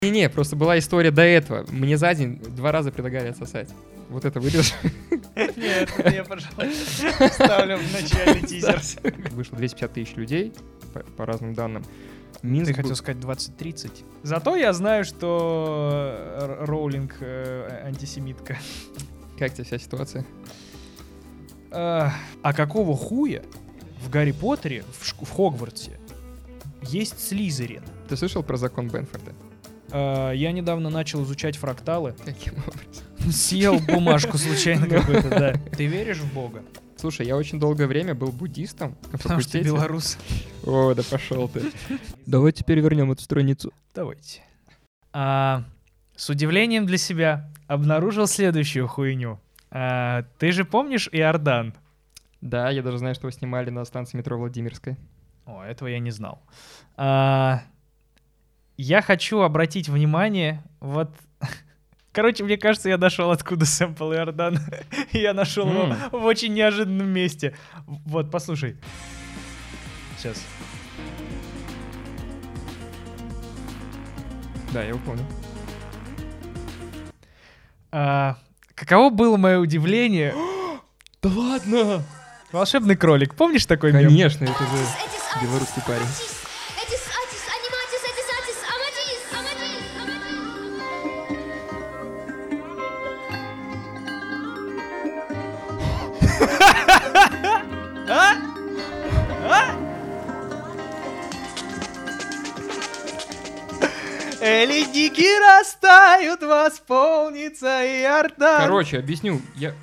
Не-не, просто была история до этого. Мне за день 2 раза предлагали отсосать. Вот это вырежешь. Нет, это я, пожалуйста, вставлю в начальный тизер. Вышло 250 тысяч людей, по разным данным. Ты Минск хотел был- сказать 20-30. Зато я знаю, что Роулинг антисемитка. Как тебе вся ситуация? А какого хуя в Гарри Поттере в Хогвартсе есть Слизерин? Ты слышал про закон Бенфорда? Я недавно начал изучать фракталы. Каким образом? Съел бумажку случайно какой-то, да. Ты веришь в Бога? Слушай, я очень долгое время был буддистом на Потому что ты факультете. белорус. О, да пошел ты. Давай теперь вернем эту страницу. Давайте. С удивлением для себя обнаружил следующую хуйню. Ты же помнишь Иордан? Да, я даже знаю, что его снимали на станции метро Владимирской. О, этого я не знал. Я хочу обратить внимание, вот... Короче, мне кажется, я нашел, откуда сэмпл Иордан. Я нашел его в очень неожиданном месте. Вот, послушай. Сейчас. Да, я его помню. Каково было мое удивление? Да ладно! Волшебный кролик. Помнишь такой мем? Конечно, это же белорусский парень. Ледники растают, восполнится Иордан. Короче, объясню.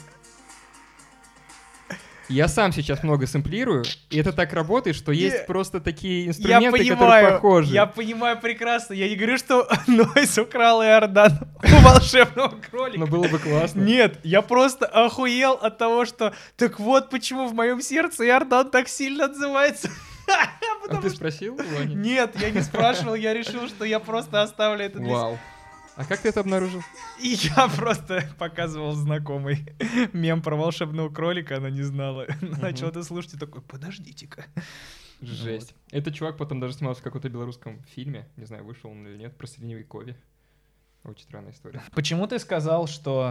Я сам сейчас много сэмплирую, и это так работает, что есть просто такие инструменты, которые похожи. Я понимаю прекрасно. Я не говорю, что Нойз украл Иордан у волшебного кролика. Но было бы классно. Нет, я просто охуел от того, что... Так вот почему в моем сердце Иордан так сильно отзывается. А ты спросил, Ваня? Нет, я не спрашивал, я решил, что я просто оставлю это для... Вау. А как ты это обнаружил? И я просто показывал знакомый мем про волшебного кролика, она не знала. Начал это слушать и такой, подождите-ка. Жесть. Этот чувак потом даже снимался в каком-то белорусском фильме, не знаю, вышел он или нет, про Средневековье. Очень странная история. Почему ты сказал, что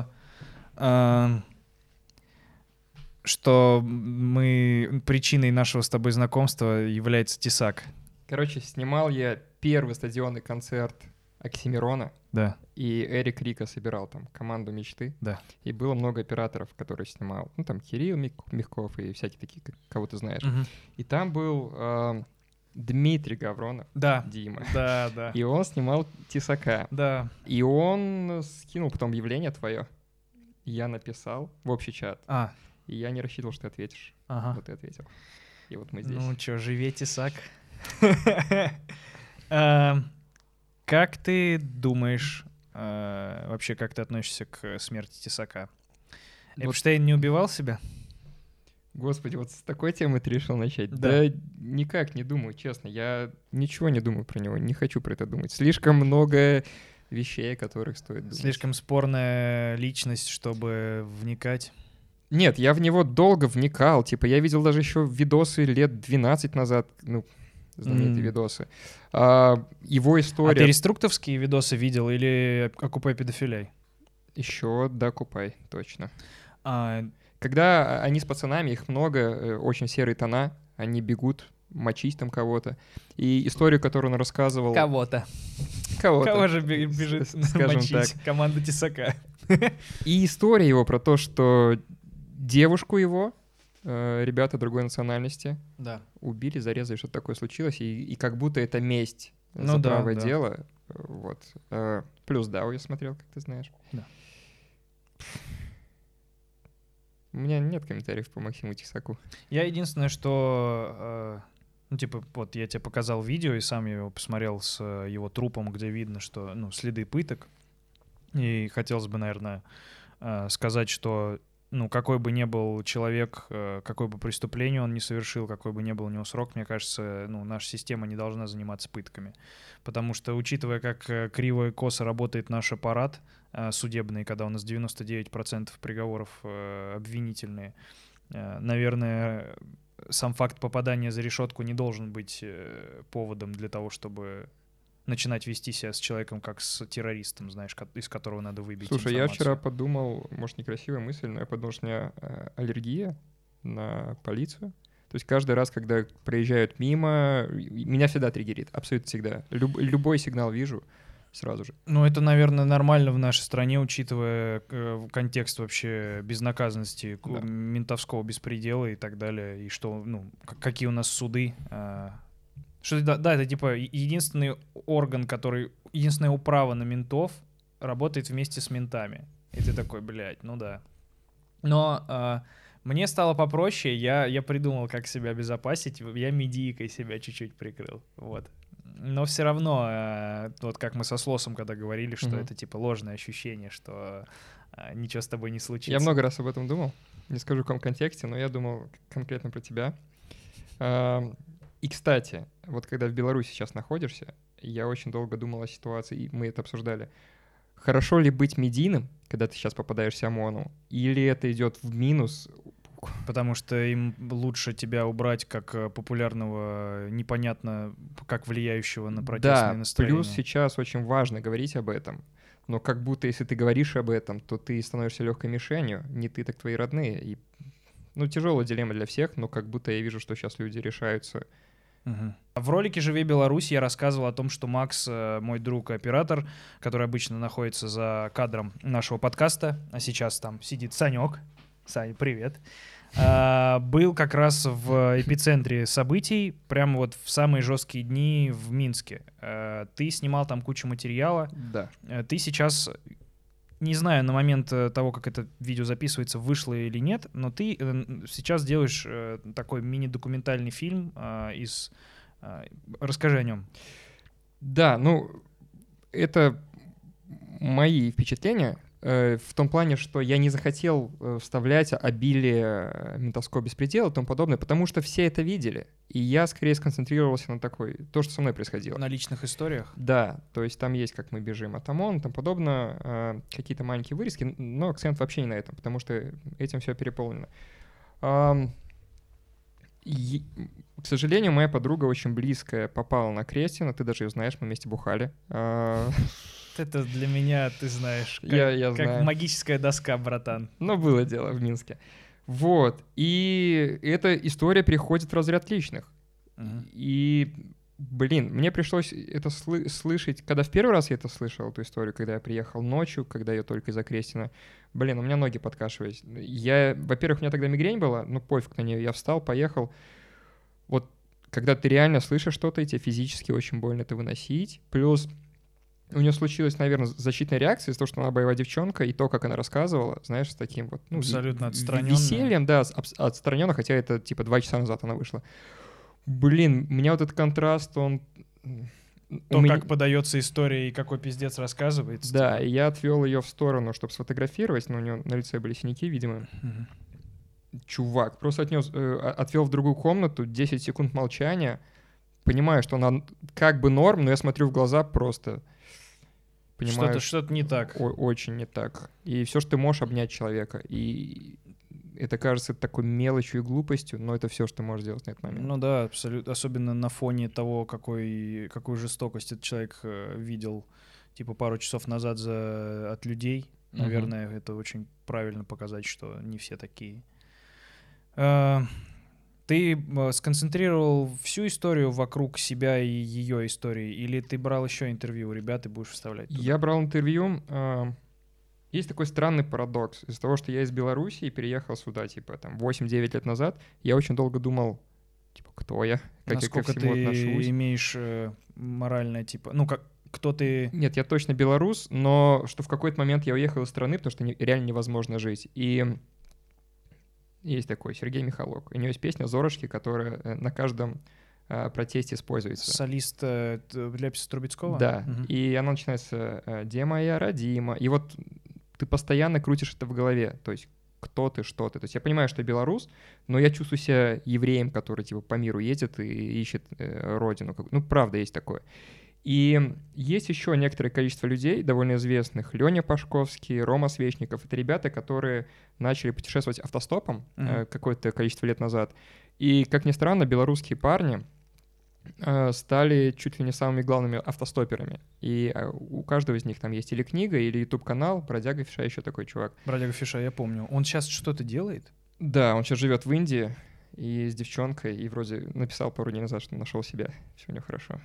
причиной нашего с тобой знакомства является Тесак? Короче, снимал я первый стадионный концерт Оксимирона. Да. И Эрик Рика собирал там команду мечты. Да. И было много операторов, которые снимал. Ну, там Кирилл Мягков и всякие такие, кого ты знаешь. И там был Дмитрий Гавронов. Да. Дима. Да, да. И он снимал Тесака. Да. И он скинул потом объявление твое. Я написал в общий чат. И я не рассчитывал, что ты ответишь. Ага. Вот ты ответил. И вот мы здесь. Ну чё, живи, Тесак. Как ты думаешь, вообще, как ты относишься к смерти Тесака? Эпштейн не убивал себя? Господи, вот с такой темы ты решил начать? Да. Да никак не думаю, честно. Я ничего не думаю про него, не хочу про это думать. Слишком много вещей, о которых стоит думать. Слишком спорная личность, чтобы вникать? Нет, я в него долго вникал. Типа, я видел даже еще видосы лет 12 назад, ну, знаменитые видосы. Его история... А ты реструктовские видосы видел или «Окупай педофилей»? Еще да, «Окупай», точно. Когда они с пацанами, их много, очень серые тона, они бегут мочить там кого-то. И историю, которую он рассказывал... Кого-то. Кого же бежит мочить? Так. Команда Тесака. И история его про то, что девушку его, ребята другой национальности, убили, зарезали, что-то такое случилось, и как будто это месть за правое дело. Вот. Плюс DAO я смотрел, как ты знаешь. Да. У меня нет комментариев по Максиму Тесаку. Я единственное, что... Ну, типа, вот я тебе показал видео, и сам я его посмотрел с его трупом, где видно, что, ну, следы пыток. И хотелось бы, наверное, сказать, что, ну, какой бы ни был человек, какое бы преступление он ни совершил, какой бы ни был у него срок, мне кажется, ну, наша система не должна заниматься пытками. Потому что, учитывая, как криво и косо работает наш аппарат судебный, когда у нас 99% приговоров обвинительные, наверное, сам факт попадания за решетку не должен быть поводом для того, чтобы начинать вести себя с человеком как с террористом, знаешь, из которого надо выбить Слушай, информацию. я вчера подумал, может, некрасивая мысль, но я подумал, что у меня аллергия на полицию. То есть каждый раз, когда проезжают мимо, меня всегда триггерит, абсолютно всегда. Любой сигнал вижу сразу же. Ну, это, наверное, нормально в нашей стране, учитывая контекст вообще безнаказанности, да, ментовского беспредела и так далее, и что, ну, какие у нас суды. Что, да, это типа единственный орган, который, единственная управа на ментов работает вместе с ментами. И ты такой, блядь, ну да. Но мне стало попроще, я придумал, как себя обезопасить, я медийкой себя чуть-чуть прикрыл, вот. Но все равно, вот как мы со Слосом когда говорили, что это типа ложное ощущение, что ничего с тобой не случится. Я много раз об этом думал, не скажу в каком контексте, но я думал конкретно про тебя. И, кстати, вот когда в Беларуси сейчас находишься, я очень долго думал о ситуации, и мы это обсуждали. Хорошо ли быть медийным, когда ты сейчас попадаешься ОМОНу, или это идет в минус? Потому что им лучше тебя убрать как популярного, непонятно как влияющего на протестное настроение. Да, плюс сейчас очень важно говорить об этом. Но как будто если ты говоришь об этом, то ты становишься легкой мишенью. Не ты, так твои родные. И, ну, тяжелая дилемма для всех, но как будто я вижу, что сейчас люди решаются. В ролике «Живи Беларусь» я рассказывал о том, что Макс, мой друг и оператор, который обычно находится за кадром нашего подкаста, а сейчас там сидит Санек. Сань, привет. Был как раз в эпицентре событий, прямо вот в самые жесткие дни в Минске. Ты снимал там кучу материала. Да. Ты сейчас, не знаю на момент того, как это видео записывается, вышло или нет, но ты сейчас делаешь такой мини-документальный фильм Расскажи о нем. Да, ну, это мои впечатления. В том плане, что я не захотел вставлять обилие ментовского беспредела и тому подобное, потому что все это видели. И я скорее сконцентрировался на то, что со мной происходило. На личных историях? Да, то есть там есть, как мы бежим от ОМОНа и тому подобное, какие-то маленькие вырезки, но акцент вообще не на этом, потому что этим все переполнено. К сожалению, моя подруга очень близкая попала на Крестина, ты даже ее знаешь, мы вместе бухали. Это для меня, ты знаешь, я как знаю. Магическая доска, братан. Но было дело в Минске. Вот. И эта история переходит в разряд личных. И, блин, мне пришлось это слышать, когда в первый раз я это слышал, эту историю, когда я приехал ночью, когда я только из-за Крестина. Блин, у меня ноги подкашивались. Во-первых, у меня тогда мигрень была, ну пофиг на нее, я встал, поехал. Вот когда ты реально слышишь что-то, и тебе физически очень больно это выносить. Плюс у нее случилась, наверное, защитная реакция из-за того, что она боевая девчонка, и то, как она рассказывала, знаешь, с таким вот... Ну, абсолютно отстраненно. Весельем, да, отстраненно, хотя это типа 2 часа назад она вышла. Блин, у меня вот этот контраст, он... Как подается история и какой пиздец рассказывается. Да, и я отвел ее в сторону, чтобы сфотографировать, но у нее на лице были синяки, видимо. Чувак, просто отвел в другую комнату, 10 секунд молчания, понимаю, что она как бы норм, но я смотрю в глаза просто... Понимаю, что-то не так. Очень не так. И все, что ты можешь, обнять человека. И это кажется такой мелочью и глупостью, но это все, что ты можешь сделать на этот момент. Ну да, абсолютно. Особенно на фоне того, какую жестокость этот человек видел типа пару часов назад от людей. Наверное, это очень правильно показать, что не все такие. Ты сконцентрировал всю историю вокруг себя и ее истории, или ты брал еще интервью у ребят и будешь вставлять туда? Я брал интервью. Есть такой странный парадокс. Из-за того, что я из Беларуси и переехал сюда, типа, там, 8-9 лет назад, я очень долго думал, типа, кто я, как насколько я ко всему отношусь. Насколько ты имеешь моральное, типа, ну, кто ты... Нет, я точно белорус, но что в какой-то момент я уехал из страны, потому что реально невозможно жить. И... Есть такой Сергей Михалок. У него есть песня «Зорочки», которая на каждом протесте используется. Солист Ляписа Трубецкого? Да. И она начинается «Де моя родима». И вот ты постоянно крутишь это в голове. То есть кто ты, что ты. То есть я понимаю, что я белорус, но я чувствую себя евреем, который типа по миру едет и ищет родину. Ну, правда, есть такое. И есть еще некоторое количество людей, довольно известных. Леня Пашковский, Рома Свечников. Это ребята, которые начали путешествовать автостопом какое-то количество лет назад. И, как ни странно, белорусские парни стали чуть ли не самыми главными автостоперами. И у каждого из них там есть или книга, или YouTube-канал. Бродяга Фиша еще такой чувак. Бродяга Фиша, я помню. Он сейчас что-то делает? Да, он сейчас живет в Индии и с девчонкой, и вроде написал пару дней назад, что нашел себя. Все у него хорошо.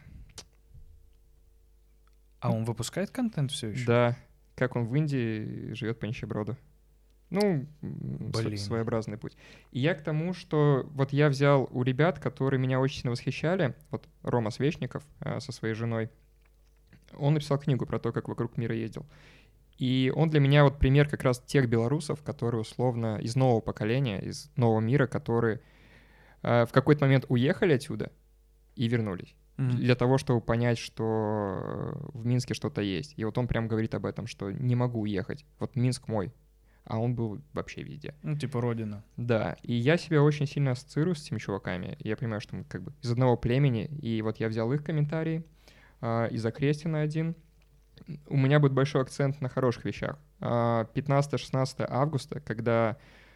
А он выпускает контент все еще? Да. Как он в Индии живет по нищеброду. Ну, своеобразный путь. И я к тому, что вот я взял у ребят, которые меня очень сильно восхищали, вот Рома Свечников со своей женой, он написал книгу про то, как вокруг мира ездил. И он для меня вот пример как раз тех белорусов, которые условно из нового поколения, из нового мира, которые в какой-то момент уехали отсюда и вернулись. Для того, чтобы понять, что в Минске что-то есть. И вот он прям говорит об этом, что не могу уехать. Вот Минск мой. А он был вообще везде. Ну, типа родина. Да, и я себя очень сильно ассоциирую с этими чуваками. Я понимаю, что мы как бы из одного племени, и вот я взял их комментарии, из Окрестина один. У меня будет большой акцент на хороших вещах. 15-16 августа, когда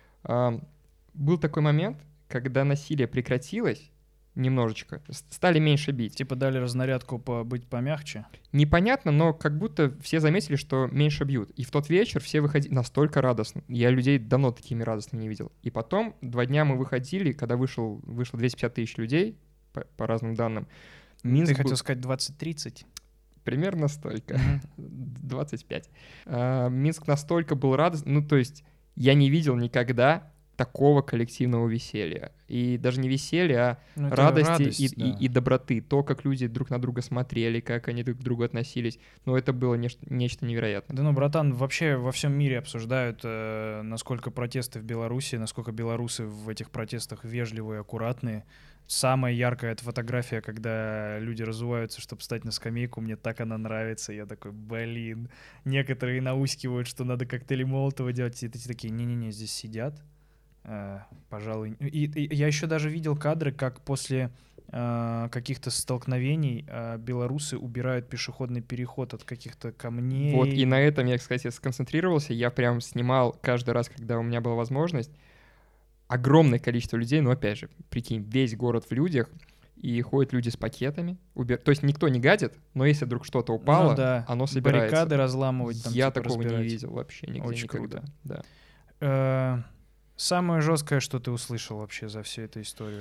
был такой момент, когда насилие прекратилось, немножечко, стали меньше бить. Типа дали разнарядку быть помягче? Непонятно, но как будто все заметили, что меньше бьют. И в тот вечер все выходили настолько радостно. Я людей давно такими радостными не видел. И потом 2 дня мы выходили, когда вышло 250 тысяч людей, по разным данным. Минск Ты хотел сказать 20-30? Примерно столько. 25. Минск настолько был радостный. Ну, то есть я не видел никогда такого коллективного веселья. И даже не веселья, а радости и доброты. То, как люди друг на друга смотрели, как они друг к другу относились. Ну, это было нечто невероятное. Да ну, братан, вообще во всем мире обсуждают, насколько протесты в Беларуси, насколько белорусы в этих протестах вежливые, аккуратные. Самая яркая эта фотография, когда люди разуваются, чтобы встать на скамейку, мне так она нравится. Я такой, блин. Некоторые наускивают, что надо коктейли Молотова делать. И эти такие, не-не-не, здесь сидят. Пожалуй. И я еще даже видел кадры, как после каких-то столкновений белорусы убирают пешеходный переход от каких-то камней. Вот, и на этом я, кстати, сконцентрировался. Я прям снимал каждый раз, когда у меня была возможность. Огромное количество людей, но опять же, прикинь, весь город в людях, и ходят люди с пакетами. То есть никто не гадит, но если вдруг что-то упало, оно собирается. Баррикады разламывать. Там, я типа такого разбирать. Не видел вообще нигде. Очень никогда. Круто. Да. Самое жесткое, что ты услышал вообще за всю эту историю?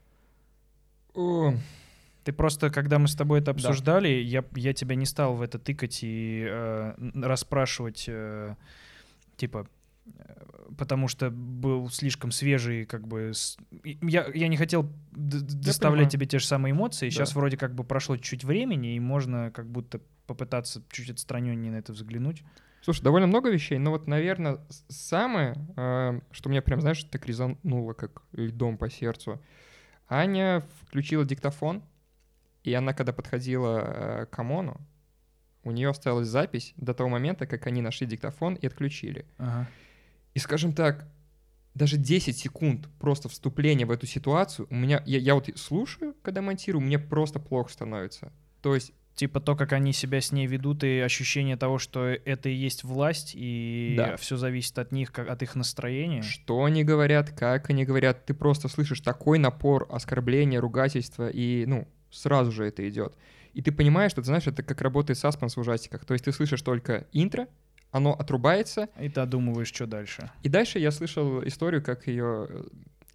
Ты просто, когда мы с тобой это обсуждали, я тебя не стал в это тыкать и расспрашивать, типа, потому что был слишком свежий, как бы... Я не хотел доставлять тебе те же самые эмоции. Сейчас вроде как бы прошло чуть времени, и можно как будто попытаться чуть отстраненнее на это взглянуть. Слушай, довольно много вещей, но вот, наверное, самое, что меня прям, знаешь, так резануло, как льдом по сердцу. Аня включила диктофон, и она, когда подходила к ОМОНу, у нее осталась запись до того момента, как они нашли диктофон и отключили. Ага. И, скажем так, даже 10 секунд просто вступления в эту ситуацию, у меня, я вот слушаю, когда монтирую, мне просто плохо становится. То есть типа то, как они себя с ней ведут, и ощущение того, что это и есть власть, и все зависит от них, от их настроения. Что они говорят, как они говорят. Ты просто слышишь такой напор оскорбления, ругательства, и, ну, сразу же это идет. И ты понимаешь, что, ты знаешь, это как работает саспенс в ужастиках. То есть ты слышишь только интро, оно отрубается. И ты додумываешь, что дальше. И дальше я слышал историю, как ее...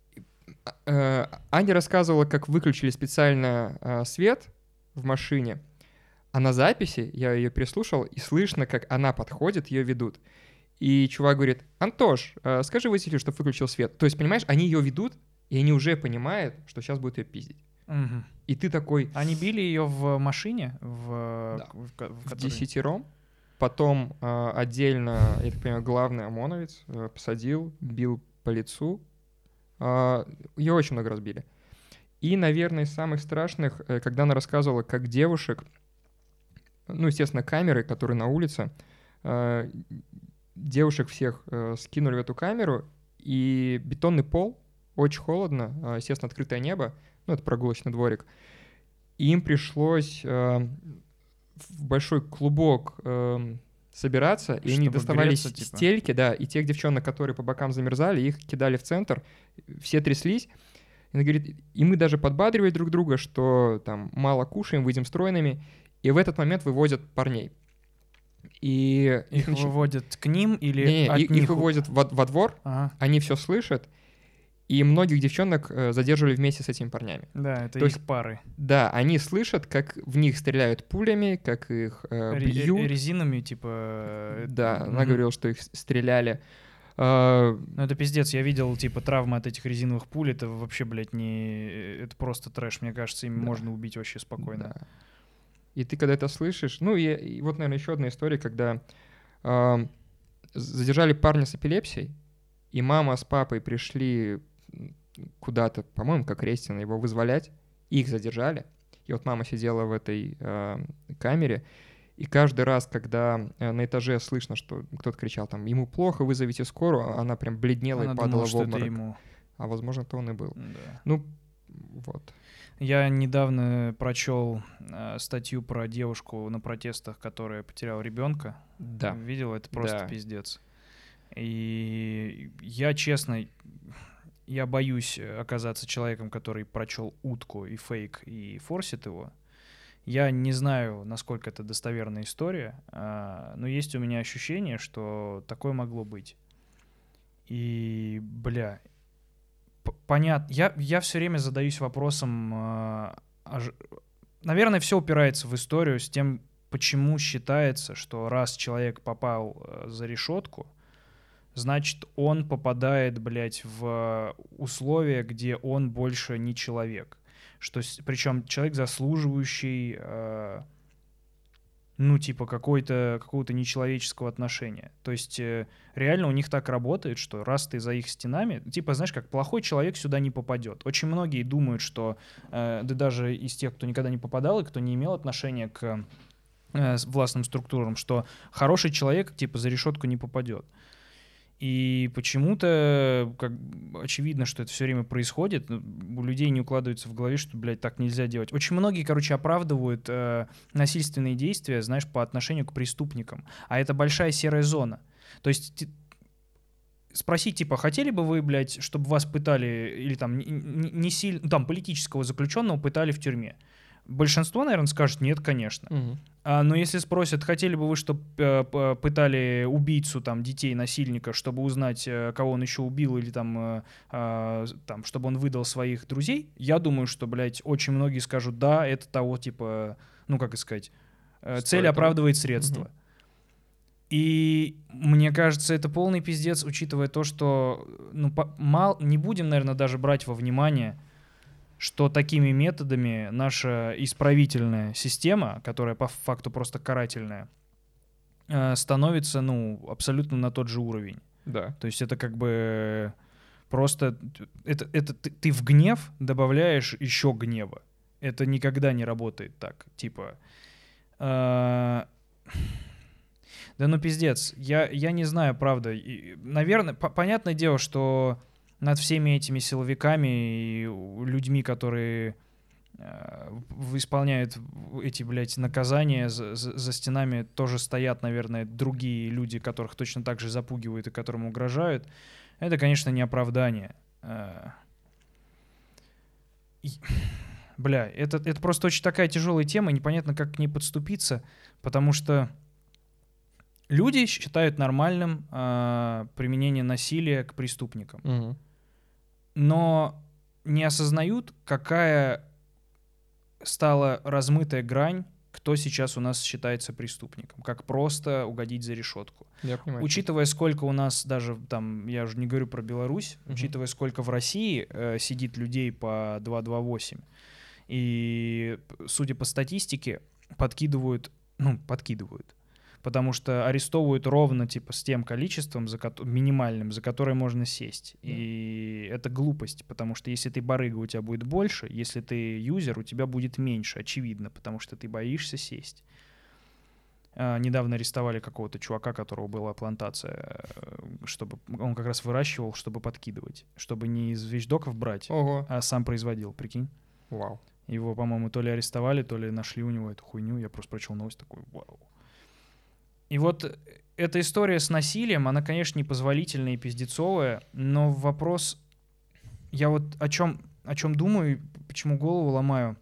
Аня рассказывала, как выключили специально свет в машине, а на записи, я ее переслушал, и слышно, как она подходит, ее ведут. И чувак говорит: «Антош, скажи водителю, чтобы выключил свет». То есть, понимаешь, они ее ведут, и они уже понимают, что сейчас будут ее пиздить. Угу. И ты такой... Они били ее в машине? В 10-ром. Потом отдельно, я так понимаю, главный ОМОНовец посадил, бил по лицу. Ее очень много разбили. И, наверное, из самых страшных, когда она рассказывала, как девушек... Ну, естественно, камеры, которые на улице. Девушек всех скинули в эту камеру, и бетонный пол, очень холодно, естественно, открытое небо, ну, это прогулочный дворик. И им пришлось в большой клубок собираться, и они доставали стельки, да, и тех девчонок, которые по бокам замерзали, их кидали в центр, все тряслись. И она говорит, и мы даже подбадривали друг друга, что там мало кушаем, выйдем стройными. И в этот момент вывозят парней. И их выводят к ним или от них? Их вывозят во двор, они все слышат, и многих девчонок задерживали вместе с этими парнями. Да, это их пары. Да, они слышат, как в них стреляют пулями, как их бьют. Резинами, типа... Да, она говорила, что их стреляли. Ну это пиздец, я видел, типа, травмы от этих резиновых пуль, это вообще, блядь, не... Это просто трэш, мне кажется, им можно убить вообще спокойно. Да. И ты когда это слышишь... Ну и вот, наверное, еще одна история, когда задержали парня с эпилепсией, и мама с папой пришли куда-то, по-моему, как Рестина, его вызволять, их задержали. И вот мама сидела в этой камере, и каждый раз, когда на этаже слышно, что кто-то кричал там, ему плохо, вызовите скорую, она прям бледнела и падала в обморок. А возможно, то он и был. Да. Ну, вот. Я недавно прочел статью про девушку на протестах, которая потеряла ребенка. Да. Видел? Это просто пиздец. И я, честно, я боюсь оказаться человеком, который прочел утку и фейк и форсит его. Я не знаю, насколько это достоверная история, но есть у меня ощущение, что такое могло быть. И, бля, понятно. Я все время задаюсь вопросом, наверное, все упирается в историю с тем, почему считается, что раз человек попал за решетку, значит, он попадает, блядь, в условия, где он больше не человек. Причем человек, заслуживающий, ну, типа, какого-то нечеловеческого отношения. То есть реально у них так работает, что раз ты за их стенами, типа, знаешь, как плохой человек сюда не попадет. Очень многие думают, что, да даже из тех, кто никогда не попадал и кто не имел отношения к властным структурам, что хороший человек, типа, за решетку не попадет. И почему-то, как очевидно, что это все время происходит, у людей не укладывается в голове, что, блядь, так нельзя делать. Очень многие, короче, оправдывают насильственные действия, знаешь, по отношению к преступникам. А это большая серая зона. То есть спросить, типа, хотели бы вы, блядь, чтобы вас пытали, или там, не сильно, там, политического заключенного пытали в тюрьме? Большинство, наверное, скажет нет, конечно. Угу. Но если спросят, хотели бы вы, чтобы пытали убийцу, там, детей, насильника, чтобы узнать, кого он еще убил, или там, чтобы он выдал своих друзей, я думаю, что, блядь, очень многие скажут, да, это того, типа, ну, как сказать, цель оправдывает средства. Угу. И мне кажется, это полный пиздец, учитывая то, что, ну, не будем, наверное, даже брать во внимание, что такими методами наша исправительная система, которая по факту просто карательная, становится, ну, абсолютно на тот же уровень. Да. То есть это как бы просто... Это ты в гнев добавляешь еще гнева. Это никогда не работает так. Типа... Да ну пиздец. Я не знаю, правда. Наверное, понятное дело, что... над всеми этими силовиками и людьми, которые исполняют эти, блядь, наказания за стенами, тоже стоят, наверное, другие люди, которых точно так же запугивают и которым угрожают. Это, конечно, не оправдание. Бля, это просто очень такая тяжелая тема, непонятно, как к ней подступиться, потому что люди считают нормальным применение насилия к преступникам. Угу. Но не осознают, какая стала размытая грань, кто сейчас у нас считается преступником, как просто угодить за решетку. Я понимаю. Учитывая, сколько у нас даже там, я уже не говорю про Беларусь, учитывая, сколько в России сидит людей по 228, и, судя по статистике, подкидывают, потому что арестовывают ровно типа с тем количеством минимальным, за которое можно сесть. И это глупость, потому что если ты барыга, у тебя будет больше, если ты юзер, у тебя будет меньше, очевидно, потому что ты боишься сесть. Недавно арестовали какого-то чувака, которого была плантация, чтобы он как раз выращивал, чтобы подкидывать, чтобы не из вещдоков брать, а сам производил, прикинь. Вау. Его, по-моему, то ли арестовали, то ли нашли у него эту хуйню. Я просто прочел новость такой, вау. И вот эта история с насилием, она, конечно, непозволительная и пиздецовая, но вопрос, я вот о чем о чем думаю, почему голову ломаю.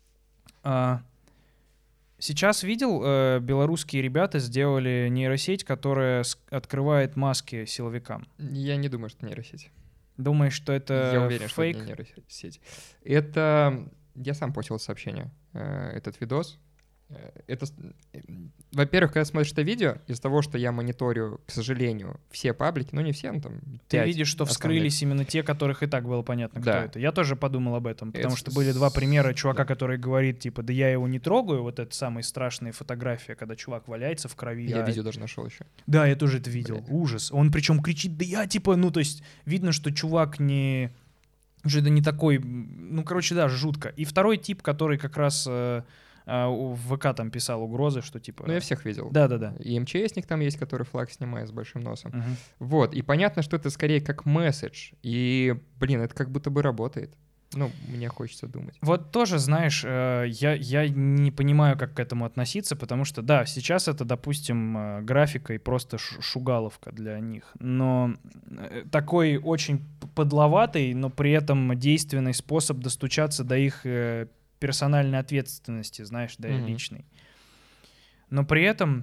Сейчас видел, белорусские ребята сделали нейросеть, которая открывает маски силовикам. Я не думаю, что нейросеть. Думаешь, что это Я уверен, фейк? что это не нейросеть. Это... Я сам постил сообщение, этот видос. Это, во-первых, когда смотришь это видео, из-за того, что я мониторю, к сожалению, все паблики, ну не все, ну там 5 Ты видишь, что вскрылись основных. именно те, которых и так было понятно, кто Да. это. Я тоже подумал об этом, потому Это что были два примера чувака, да. который говорит, типа, да я его не трогаю, вот это самая страшная фотография, когда чувак валяется в крови. Я видео даже нашел еще. Да, я тоже это видел. Блядь. Ужас. Он причем кричит, да я, типа, ну то есть видно, что чувак не... Уже да не такой, ну короче, да, жутко. И второй тип, который как раз... в ВК там писал угрозы, что типа... Ну, я всех видел. Да. И МЧСник там есть, который флаг снимает с большим носом. Угу. Вот, и понятно, что это скорее как месседж. И, блин, это как будто бы работает. Ну, мне хочется думать. Вот тоже, знаешь, я не понимаю, как к этому относиться, потому что, да, сейчас это, допустим, графика и просто шугаловка для них. Но такой очень подловатый, но при этом действенный способ достучаться до их... персональной ответственности, знаешь, да, личной. Но при этом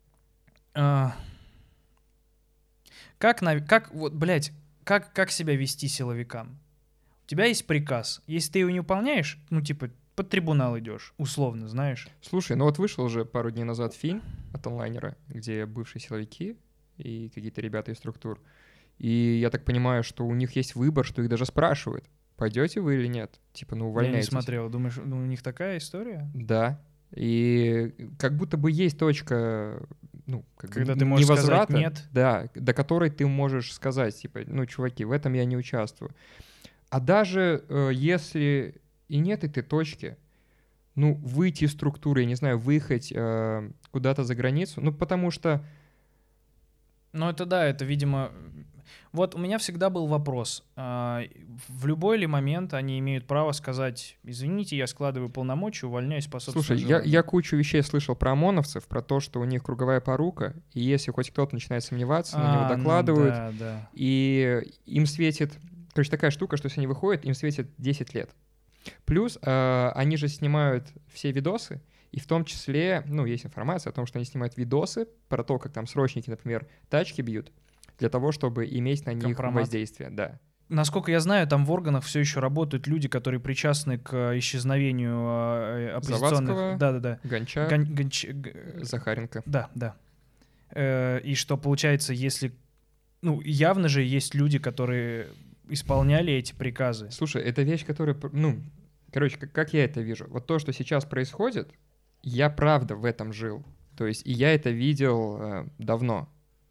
как себя вести силовикам? У тебя есть приказ. Если ты его не выполняешь, ну, типа, под трибунал идешь, условно, знаешь. Слушай, ну вот вышел уже пару дней назад фильм от онлайнера, где бывшие силовики и какие-то ребята из структур. И я так понимаю, что у них есть выбор, что их даже спрашивают, пойдете вы или нет? Типа, ну увольняйтесь. Я не смотрел. Думаешь, ну, у них такая история? Да. И как будто бы есть точка, ну, когда ты можешь невозврата, сказать нет. Да, до которой ты можешь сказать, типа, ну, чуваки, в этом я не участвую. А даже если и нет этой точки, ну, выйти из структуры, я не знаю, выехать куда-то за границу, ну, потому что... Ну, это да, это, видимо... Вот у меня всегда был вопрос. В любой ли момент они имеют право сказать, извините, я складываю полномочия, увольняюсь по собственному желанию? Слушай, я кучу вещей слышал про ОМОНовцев, про то, что у них круговая порука, и если хоть кто-то начинает сомневаться, на него докладывают, ну, да. И им светит... Короче, такая штука, что если они выходят, им светит 10 лет. Плюс они же снимают все видосы, и в том числе, ну, есть информация о том, что они снимают видосы про то, как там срочники, например, тачки бьют, для того, чтобы иметь на них компромат. Воздействие. Да. Насколько я знаю, там в органах все еще работают люди, которые причастны к исчезновению оппозиционных... Завадского, Гончар, Захаренко. Да. И что получается, если... Ну, явно же есть люди, которые исполняли эти приказы. Слушай, это вещь, которая... Ну, короче, как я это вижу? Вот то, что сейчас происходит, я правда в этом жил. То есть и я это видел давно.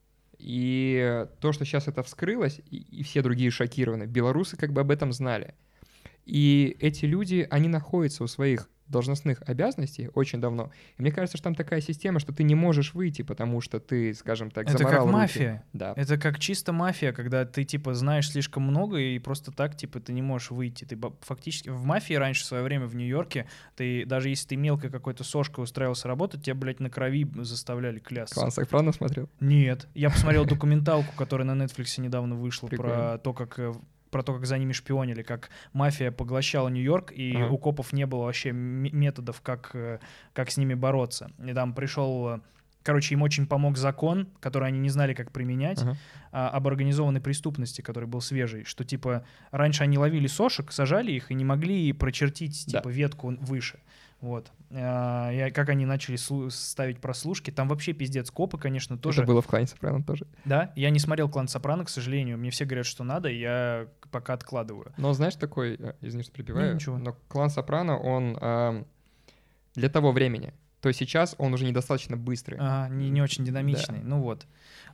И то, что сейчас это вскрылось, и все другие шокированы, белорусы как бы об этом знали. И эти люди, они находятся у своих должностных обязанностей очень давно. И мне кажется, что там такая система, что ты не можешь выйти, потому что ты, скажем так, заморал руки. Это как мафия. Да. Это как чисто мафия, когда ты, типа, знаешь слишком много, и просто так, типа, ты не можешь выйти. Ты фактически... В мафии раньше в свое время в Нью-Йорке, ты, даже если ты мелкой какой-то сошкой устраивался работать, тебя, блядь, на крови заставляли клясться. «Клан Сопрано» смотрел? Нет. Я посмотрел документалку, которая на Netflix недавно вышла, про то, как за ними шпионили, как мафия поглощала Нью-Йорк, и у копов не было вообще методов, как с ними бороться. И там пришел... Короче, им очень помог закон, который они не знали, как применять, об организованной преступности, который был свежий, что, типа, раньше они ловили сошек, сажали их и не могли прочертить, типа, ветку выше. Вот. И как они начали ставить прослушки. Там вообще пиздец. Копы, конечно, тоже... Это было в «Клане Сопрано» тоже. Да? Я не смотрел «Клан Сопрано», к сожалению. Мне все говорят, что надо, и я пока откладываю. Но знаешь, такой... Извини, что прибиваю. Ничего. Но «Клан Сопрано», он для того времени. То есть сейчас он уже недостаточно быстрый. Не очень динамичный. Да. Ну вот.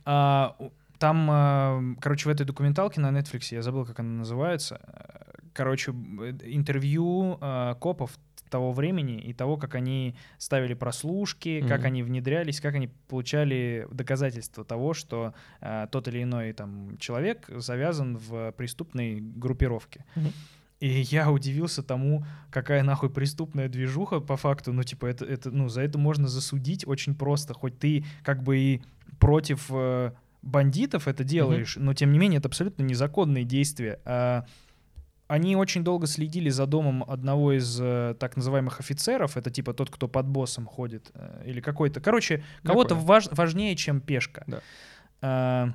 Там, короче, в этой документалке на Netflix, я забыл, как она называется, короче, интервью копов того времени и того, как они ставили прослушки, как они внедрялись, как они получали доказательства того, что тот или иной там человек завязан в преступной группировке. И я удивился тому, какая нахуй преступная движуха по факту. Ну, типа, ну, за это можно засудить очень просто. Хоть ты как бы и против бандитов это делаешь, но тем не менее это абсолютно незаконные действия. они очень долго следили за домом одного из так называемых офицеров, это типа тот, кто под боссом ходит, или какой-то, короче, кого-то важнее, чем пешка. Да.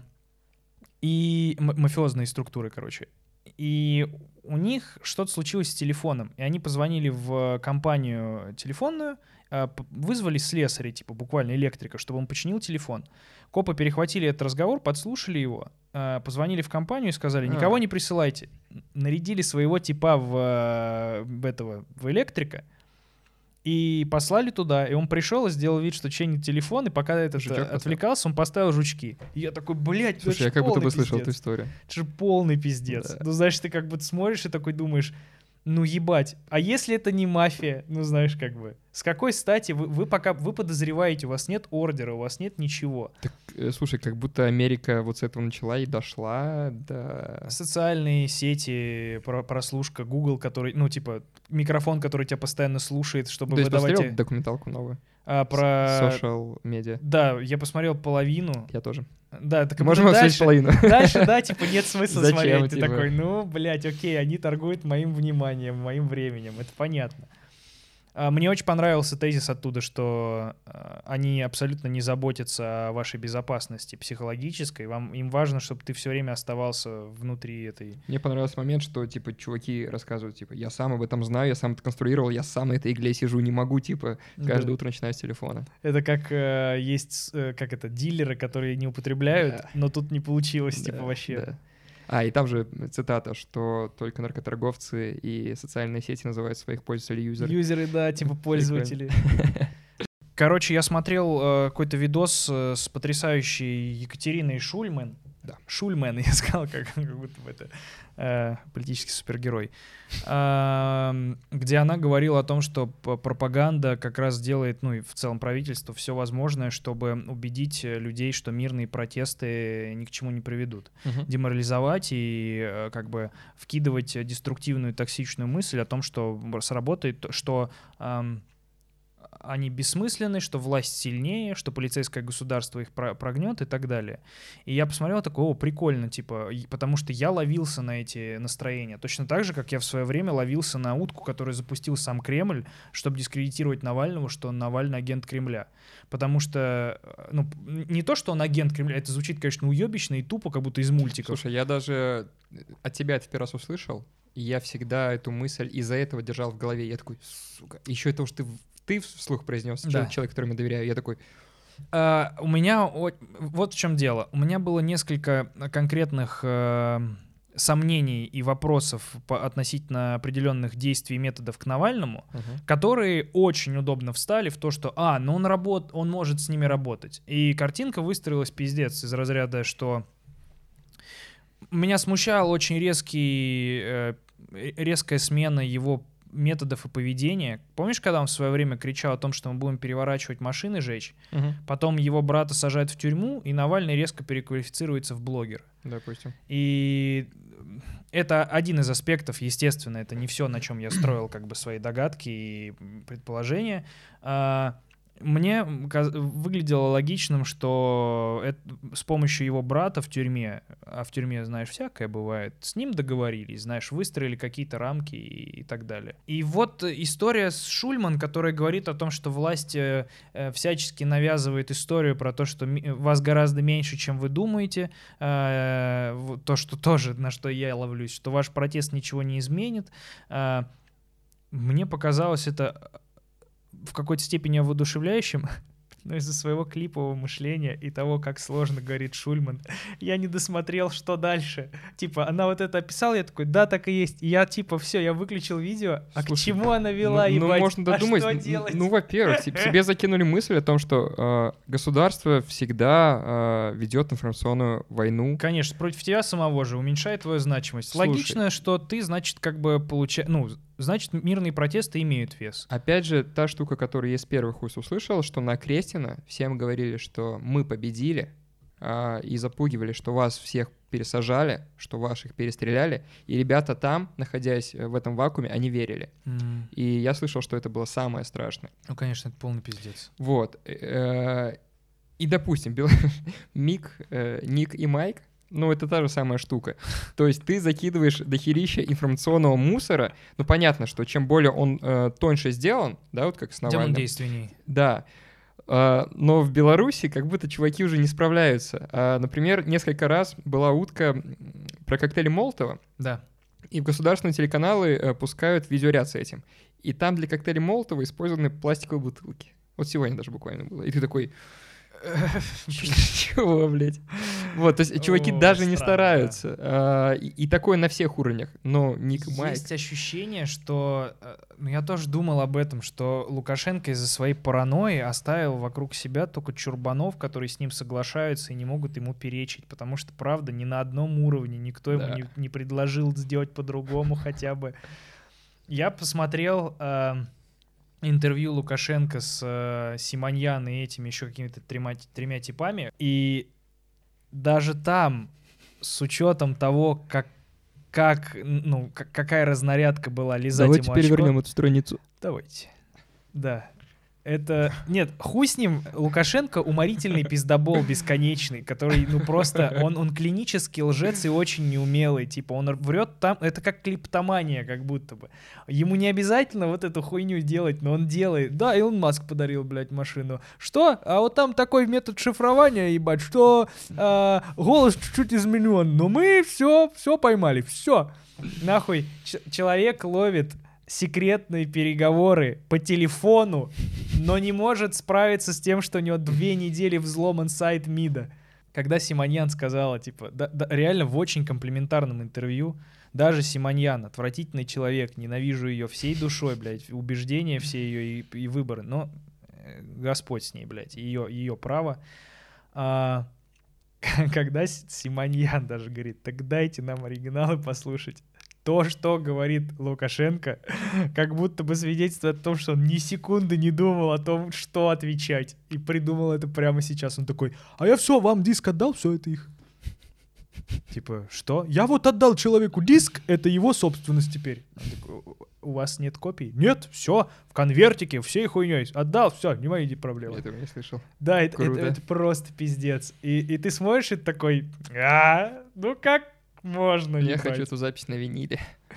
И мафиозные структуры, короче. И у них что-то случилось с телефоном, и они позвонили в компанию телефонную, вызвали слесаря, типа буквально электрика, чтобы он починил телефон. Копы перехватили этот разговор, подслушали его, позвонили в компанию и сказали: никого не присылайте. Нарядили своего типа в электрика и послали туда. И он пришел и сделал вид, что чинит телефон, и пока этот отвлекался, он поставил жучки. И я такой, блядь, слушай, я как будто бы слышал эту историю. Это же полный пиздец. Да. Ну, знаешь, ты как бы смотришь и такой думаешь: ну, ебать, а если это не мафия? Ну, знаешь, как бы, с какой стати вы подозреваете, у вас нет ордера, у вас нет ничего. Так, слушай, как будто Америка вот с этого начала и дошла до... Социальные сети, прослушка, Google, который, ну, типа, микрофон, который тебя постоянно слушает, чтобы выдавать... То есть посмотрел документалку новую? Про... Social media. Да, я посмотрел половину. Я тоже. Да, так можем обсудить половину. Дальше, да, типа нет смысла смотреть. Ты типа? такой, ну, блядь, окей, они торгуют моим вниманием, моим временем, это понятно. Мне очень понравился тезис оттуда, что они абсолютно не заботятся о вашей безопасности психологической. Им важно, чтобы ты все время оставался внутри этой... Мне понравился момент, что, типа, чуваки рассказывают, типа, я сам об этом знаю, я сам это конструировал, я сам на этой игле сижу, не могу, типа, каждое утро начинаю с телефона. Это как есть, дилеры, которые не употребляют, но тут не получилось, типа, вообще. Да. И там же цитата, что только наркоторговцы и социальные сети называют своих пользователей юзеры. Юзеры, да, типа пользователи. Короче, я смотрел какой-то видос с потрясающей Екатериной Шульман. Да. Шульман, я сказал, как будто бы это политический супергерой. Где она говорила о том, что пропаганда как раз делает, ну и в целом правительство, все возможное, чтобы убедить людей, что мирные протесты ни к чему не приведут. Деморализовать и как бы вкидывать деструктивную, токсичную мысль о том, что сработает, что... они бессмысленны, что власть сильнее, что полицейское государство их прогнет и так далее. И я посмотрел такой, прикольно, типа, потому что я ловился на эти настроения. Точно так же, как я в свое время ловился на утку, которую запустил сам Кремль, чтобы дискредитировать Навального, что Навальный агент Кремля. Потому что, ну, не то, что он агент Кремля, это звучит, конечно, уебищно и тупо, как будто из мультиков. Слушай, я даже от тебя это первый раз услышал, и я всегда эту мысль из-за этого держал в голове. Я такой, сука, еще это уж ты вслух произнес, человек, которому я доверяю. Я такой... У меня... Вот в чем дело. У меня было несколько конкретных сомнений и вопросов относительно определенных действий и методов к Навальному, которые очень удобно встали в то, что, ну он может с ними работать. И картинка выстроилась пиздец из разряда, что меня смущала очень резкая смена его методов и поведения. Помнишь, когда он в свое время кричал о том, что мы будем переворачивать машины, жечь? Потом его брата сажают в тюрьму, и Навальный резко переквалифицируется в блогера. Допустим. И это один из аспектов, естественно, это не все, на чем я строил как бы свои догадки и предположения. Мне выглядело логичным, что с помощью его брата в тюрьме, а в тюрьме, знаешь, всякое бывает, с ним договорились, знаешь, выстроили какие-то рамки и так далее. И вот история с Шульман, которая говорит о том, что власть всячески навязывает историю про то, что вас гораздо меньше, чем вы думаете, то, что тоже, на что я ловлюсь, что ваш протест ничего не изменит. Мне показалось это... в какой-то степени воодушевляющим, но из-за своего клипового мышления и того, как сложно говорит Шульман, я не досмотрел, что дальше. Типа, она вот это описала, я такой, да, так и есть. И я, типа, все, я выключил видео, к чему она вела, ебать, ну, можно додумать. Что делать? Ну, во-первых, себе закинули мысль о том, что государство всегда ведет информационную войну. Конечно, против тебя самого же, уменьшает твою значимость. Слушай, логично, что ты, значит, как бы получаешь... Ну, значит, мирные протесты имеют вес. Опять же, та штука, которую я с первых уст услышал, что на Крестина всем говорили, что мы победили, и запугивали, что вас всех пересажали, что ваших перестреляли, и ребята там, находясь в этом вакууме, они верили. И я слышал, что это было самое страшное. Ну, конечно, это полный пиздец. Вот. И, допустим, Ник и Майк, Ну, это та же самая штука. То есть ты закидываешь дохерища информационного мусора. Ну, понятно, что чем более он тоньше сделан, да, вот как с Навальным. Тем он действенней. Да. Но в Беларуси как будто чуваки уже не справляются. Например, несколько раз была утка про коктейли Молотова. Да. И в государственные телеканалы пускают видеоряд с этим. И там для коктейля Молотова использованы пластиковые бутылки. Вот сегодня даже буквально было. И ты такой... Чего, блядь? Вот, то есть чуваки даже не стараются. И такое на всех уровнях. Но Ник Майк... Есть ощущение, что... Ну, я тоже думал об этом, что Лукашенко из-за своей паранойи оставил вокруг себя только чурбанов, которые с ним соглашаются и не могут ему перечить. Потому что, правда, ни на одном уровне никто ему не предложил сделать по-другому хотя бы. Я посмотрел... интервью Лукашенко с Симоньян и этими еще какими-то тремя типами. И даже там, с учетом того, какая разнарядка была лизать ему очко... Давайте перевернем эту страницу. Давайте. Да. Это... Нет, хуй с ним. Лукашенко уморительный пиздобол бесконечный, который, ну, просто... Он клинический лжец и очень неумелый. Типа, он врет там... Это как клиптомания, как будто бы. Ему не обязательно вот эту хуйню делать, но он делает. Да, Илон Маск подарил, блядь, машину. Что? А вот там такой метод шифрования, ебать, что голос чуть-чуть изменен. Но мы все поймали. Все. Нахуй. Человек ловит... секретные переговоры по телефону, но не может справиться с тем, что у него 2 недели взломан сайт МИДа. Когда Симоньян сказала, типа, реально в очень комплиментарном интервью, даже Симоньян, отвратительный человек, ненавижу ее всей душой, блядь, убеждения все ее и выборы, но Господь с ней, блядь, ее право. Когда Симоньян даже говорит, так дайте нам оригиналы послушать. То, что говорит Лукашенко, как будто бы свидетельствует о том, что он ни секунды не думал о том, что отвечать. И придумал это прямо сейчас. Он такой, а я все, вам диск отдал, все это их. Типа, что? Я вот отдал человеку диск, это его собственность теперь. Он такой, у вас нет копий? Нет, все, в конвертике, всей хуйней. Отдал, все, не мои проблемы. Я этого не слышал. Да, это просто пиздец. И ты смотришь и такой, ну как можно, я хочу эту запись на виниле.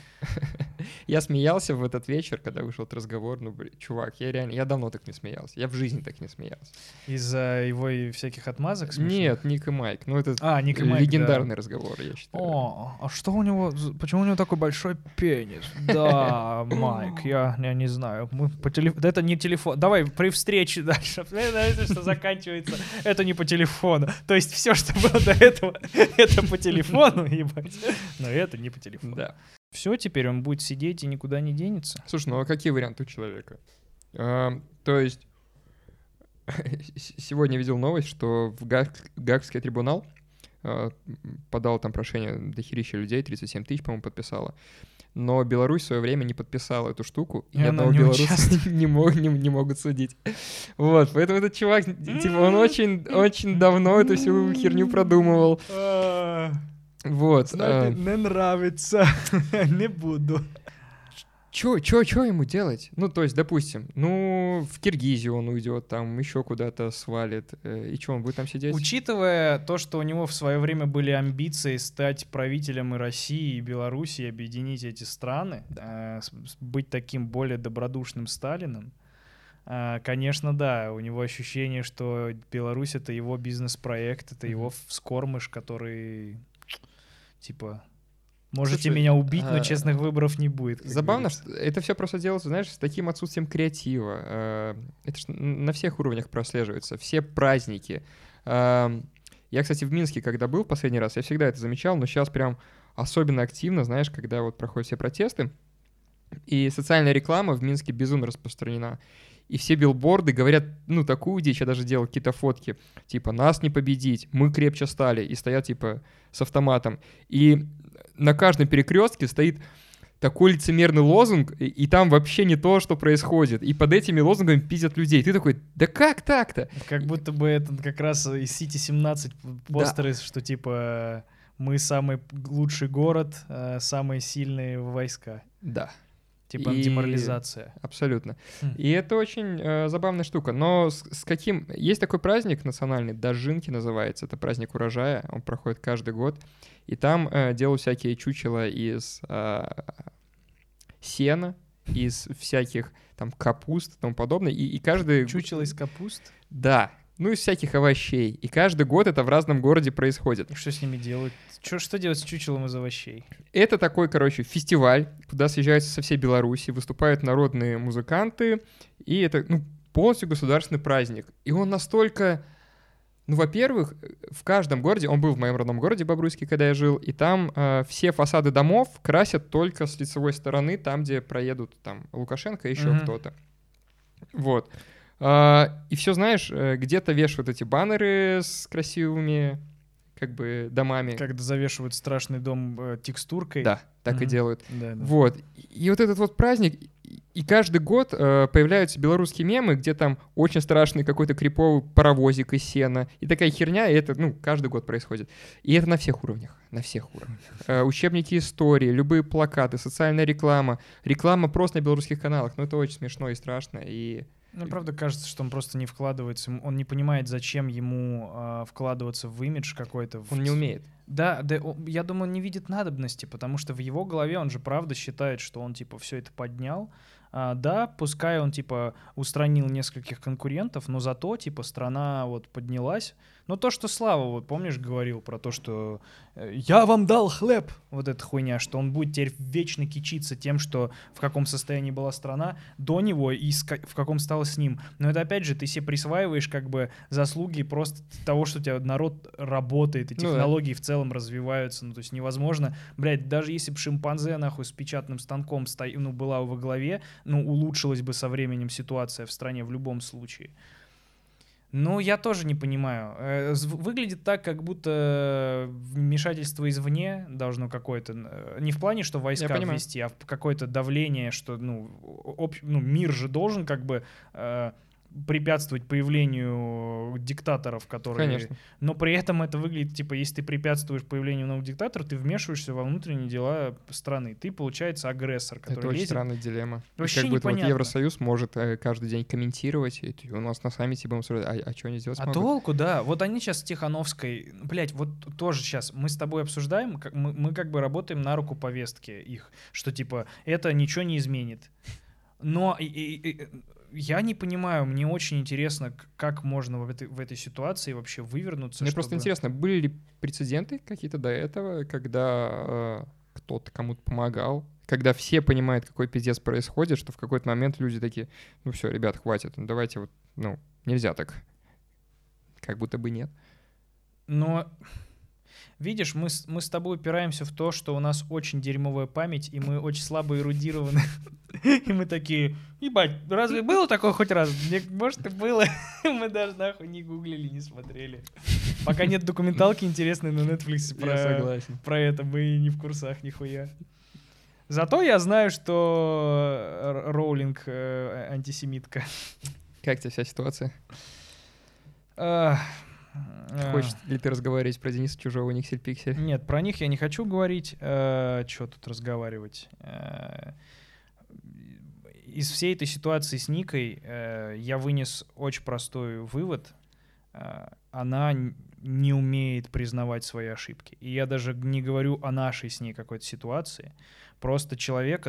Я смеялся в этот вечер, когда вышел этот разговор. Ну, блин, чувак, я давно так не смеялся. Я в жизни так не смеялся. Из-за его и всяких отмазок смешных? Нет, Ник и Майк. Ну, это Ник и Майк, легендарный разговор, я считаю. А что у него... Почему у него такой большой пенис? Да, Майк, я не знаю. Это не телефон. Давай при встрече дальше. Знаете, что заканчивается? Это не по телефону. То есть все, что было до этого, это по телефону, ебать. Но это не по телефону. Да. Все, теперь он будет сидеть и никуда не денется. Слушай, ну а какие варианты у человека? То есть сегодня видел новость, что в Гаагский трибунал подал там прошение дохерища людей, 37 тысяч, по-моему, подписала. Но Беларусь в свое время не подписала эту штуку, и ни одного белоруса не могут судить. Вот, поэтому этот чувак, типа, он очень давно эту всю херню продумывал. Вот. Знаете, не нравится, не буду. Чё ему делать? Ну, то есть, допустим, в Киргизию он уйдет, там еще куда-то свалит, и что, он будет там сидеть? Учитывая то, что у него в свое время были амбиции стать правителем и России, и Беларуси, и объединить эти страны, быть таким более добродушным Сталиным, конечно, да, у него ощущение, что Беларусь — это его бизнес-проект, это его вскормыш, который... Типа, можете меня убить, но честных выборов не будет. Забавно, что это все просто делается, знаешь, с таким отсутствием креатива. Это ж на всех уровнях прослеживается. Все праздники. Я, кстати, в Минске, когда был в последний раз, я всегда это замечал, но сейчас прям особенно активно, знаешь, когда вот проходят все протесты, и социальная реклама в Минске безумно распространена. И все билборды говорят, такую дичь, я даже делал какие-то фотки, типа, нас не победить, мы крепче стали, и стоят, типа, с автоматом. И на каждом перекрестке стоит такой лицемерный лозунг, и там вообще не то, что происходит. И под этими лозунгами пиздят людей. Ты такой, да как так-то? Как будто бы это как раз из Сити-17 постеры, да. Что, типа, мы самый лучший город, самые сильные войска. Да. Типа деморализация. Абсолютно. И это очень забавная штука. Но с каким... Есть такой праздник национальный, Дажинки называется. Это праздник урожая. Он проходит каждый год. И там делают всякие чучела из сена, из всяких там капуст и тому подобное. И каждый... Чучело из капуст? Да. Ну, из всяких овощей. И каждый год это в разном городе происходит. И что с ними делают? Что делать с чучелом из овощей? Это такой, короче, фестиваль, куда съезжаются со всей Беларуси, выступают народные музыканты, и это, полностью государственный праздник. И он настолько... во-первых, в каждом городе, он был в моем родном городе Бобруйске, когда я жил, и там все фасады домов красят только с лицевой стороны, там, где проедут там Лукашенко и еще кто-то. Вот. И все, знаешь, где-то вешают эти баннеры с красивыми как бы домами. Когда завешивают страшный дом текстуркой. Да, так и делают. Да. Вот. И вот этот вот праздник, и каждый год появляются белорусские мемы, где там очень страшный какой-то криповый паровозик из сена, и такая херня, и это, каждый год происходит. И это на всех уровнях, Учебники истории, любые плакаты, социальная реклама просто на белорусских каналах, это очень смешно и страшно, и... Правда, кажется, что он просто не вкладывается, он не понимает, зачем ему вкладываться в имидж какой-то. Он не умеет. Да, я думаю, он не видит надобности, потому что в его голове он же правда считает, что он, типа, все это поднял. Да, пускай он, типа, устранил нескольких конкурентов, но зато, типа, страна вот поднялась. Но то, что Слава, вот помнишь, говорил про то, что «я вам дал хлеб», вот эта хуйня, что он будет теперь вечно кичиться тем, что в каком состоянии была страна до него и в каком стало с ним. Но это, опять же, ты себе присваиваешь как бы заслуги просто того, что у тебя народ работает, и технологии в целом развиваются. То есть невозможно, блядь, даже если бы шимпанзе, нахуй, с печатным станком была во главе, улучшилась бы со временем ситуация в стране в любом случае. Я тоже не понимаю. Выглядит так, как будто вмешательство извне должно какое-то... Не в плане, что войска ввести, а какое-то давление, что мир же должен как бы... препятствовать появлению диктаторов, которые... Конечно. Но при этом это выглядит, типа, если ты препятствуешь появлению новых диктаторов, ты вмешиваешься во внутренние дела страны. Ты, получается, агрессор, который это лезет... очень странная дилемма. Вообще как непонятно. будто Евросоюз может каждый день комментировать, и у нас на саммите будем обсуждать, а что они сделать смогут? А толку, да. Вот они сейчас с Тихановской... Блядь, вот тоже сейчас мы с тобой обсуждаем, мы как бы работаем на руку повестки их, что, типа, это ничего не изменит. Но... Я не понимаю, мне очень интересно, как можно в этой ситуации вообще вывернуться. Мне просто интересно, были ли прецеденты какие-то до этого, когда кто-то кому-то помогал, когда все понимают, какой пиздец происходит, что в какой-то момент люди такие, все, ребят, хватит, давайте нельзя так. Как будто бы нет. Но... Видишь, мы с тобой упираемся в то, что у нас очень дерьмовая память, и мы очень слабо эрудированы. И мы такие, ебать, разве было такое хоть раз? Может, и было. Мы даже нахуй не гуглили, не смотрели. Пока нет документалки интересной на Netflix про это, мы не в курсах нихуя. Зато я знаю, что Роулинг антисемитка. Как тебе вся ситуация? Хочешь ли ты разговаривать про Дениса Чужого, Никсель Пиксель? Нет, про них я не хочу говорить. Что тут разговаривать? Из всей этой ситуации с Никой я вынес очень простой вывод. Она не умеет признавать свои ошибки. И я даже не говорю о нашей с ней какой-то ситуации. Просто человека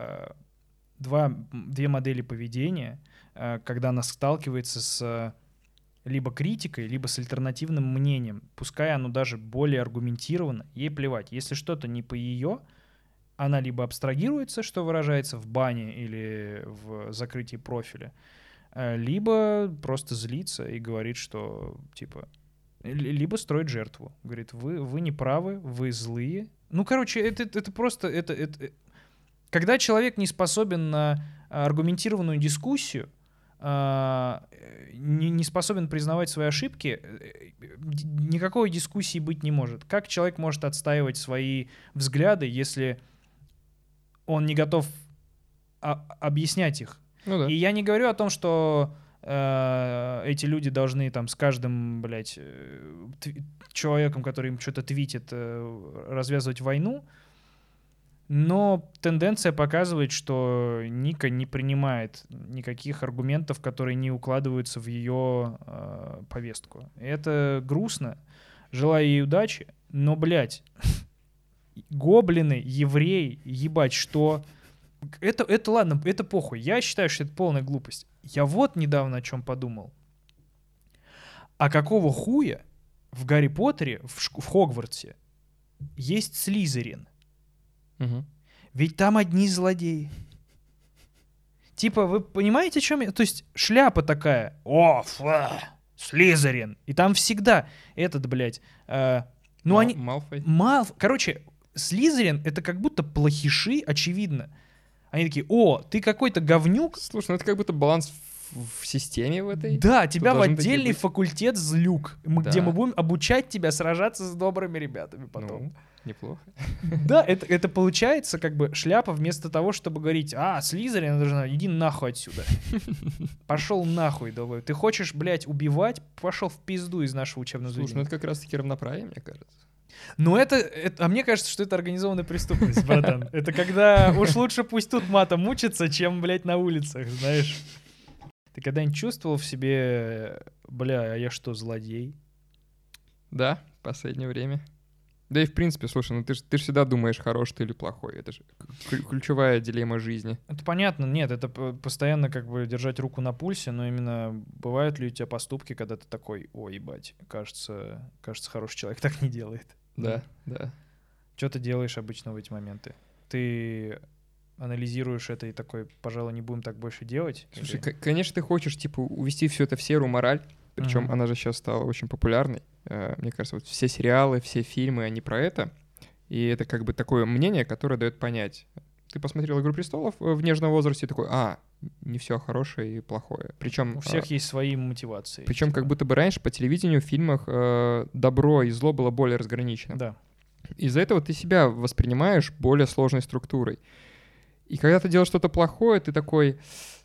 две модели поведения, когда она сталкивается с... либо критикой, либо с альтернативным мнением. Пускай оно даже более аргументировано, ей плевать. Если что-то не по ее, она либо абстрагируется, что выражается в бане или в закрытии профиля, либо просто злится и говорит, что, типа, либо строит жертву. Говорит, вы не правы, вы злые. Это просто... Когда человек не способен на аргументированную дискуссию, не способен признавать свои ошибки, никакой дискуссии быть не может. Как человек может отстаивать свои взгляды, если он не готов объяснять их? Ну да. И я не говорю о том, что эти люди должны там с каждым, блядь, человеком, который им что-то твитит, развязывать войну. Но тенденция показывает, что Ника не принимает никаких аргументов, которые не укладываются в ее повестку. Это грустно. Желаю ей удачи, но, блядь, гоблины, евреи, ебать, что... Это ладно, это похуй. Я считаю, что это полная глупость. Я вот недавно о чем подумал. А какого хуя в Гарри Поттере, в Хогвартсе, есть Слизерин? Угу. Ведь там одни злодеи. Типа, вы понимаете, о чем я? То есть шляпа такая. О, Слизерин. И там всегда этот, блядь... Малфой. Короче, Слизерин — это как будто плохиши, очевидно. Они такие: о, ты какой-то говнюк. Слушай, ну это как будто баланс в системе в этой. Да, тебя в отдельный факультет злюк, где мы будем обучать тебя сражаться с добрыми ребятами потом. Ну, неплохо. Да, это получается как бы шляпа вместо того, чтобы говорить: Слизерин, иди нахуй отсюда. Пошел нахуй, давай. Ты хочешь, блядь, убивать? Пошел в пизду из нашего учебного заведения. Слушай, ну это как раз-таки равноправие, мне кажется. Ну а мне кажется, что это организованная преступность, братан. Это когда уж лучше пусть тут матом мучится, чем, блядь, на улицах, знаешь. Ты когда-нибудь чувствовал в себе: бля, а я что, злодей? Да, в последнее время. Да и в принципе, слушай, ну ты ж всегда думаешь, хороший ты или плохой. Это же ключевая дилемма жизни. Это понятно, нет, это постоянно как бы держать руку на пульсе, но именно бывают ли у тебя поступки, когда ты такой: ой, ебать, кажется, хороший человек так не делает. Да, да. Что ты делаешь обычно в эти моменты? Ты анализируешь это и такой: пожалуй, не будем так больше делать? Слушай, конечно, ты хочешь, типа, увести все это в серую мораль, причем она же сейчас стала очень популярной. Мне кажется, вот все сериалы, все фильмы, они про это. И это как бы такое мнение, которое дает понять. Ты посмотрел «Игру престолов» в нежном возрасте и такой: не все хорошее и плохое. Причем у всех есть свои мотивации. Причем как будто бы раньше по телевидению в фильмах добро и зло было более разграничено. Да. Из-за этого ты себя воспринимаешь более сложной структурой. И когда ты делаешь что-то плохое, ты такой: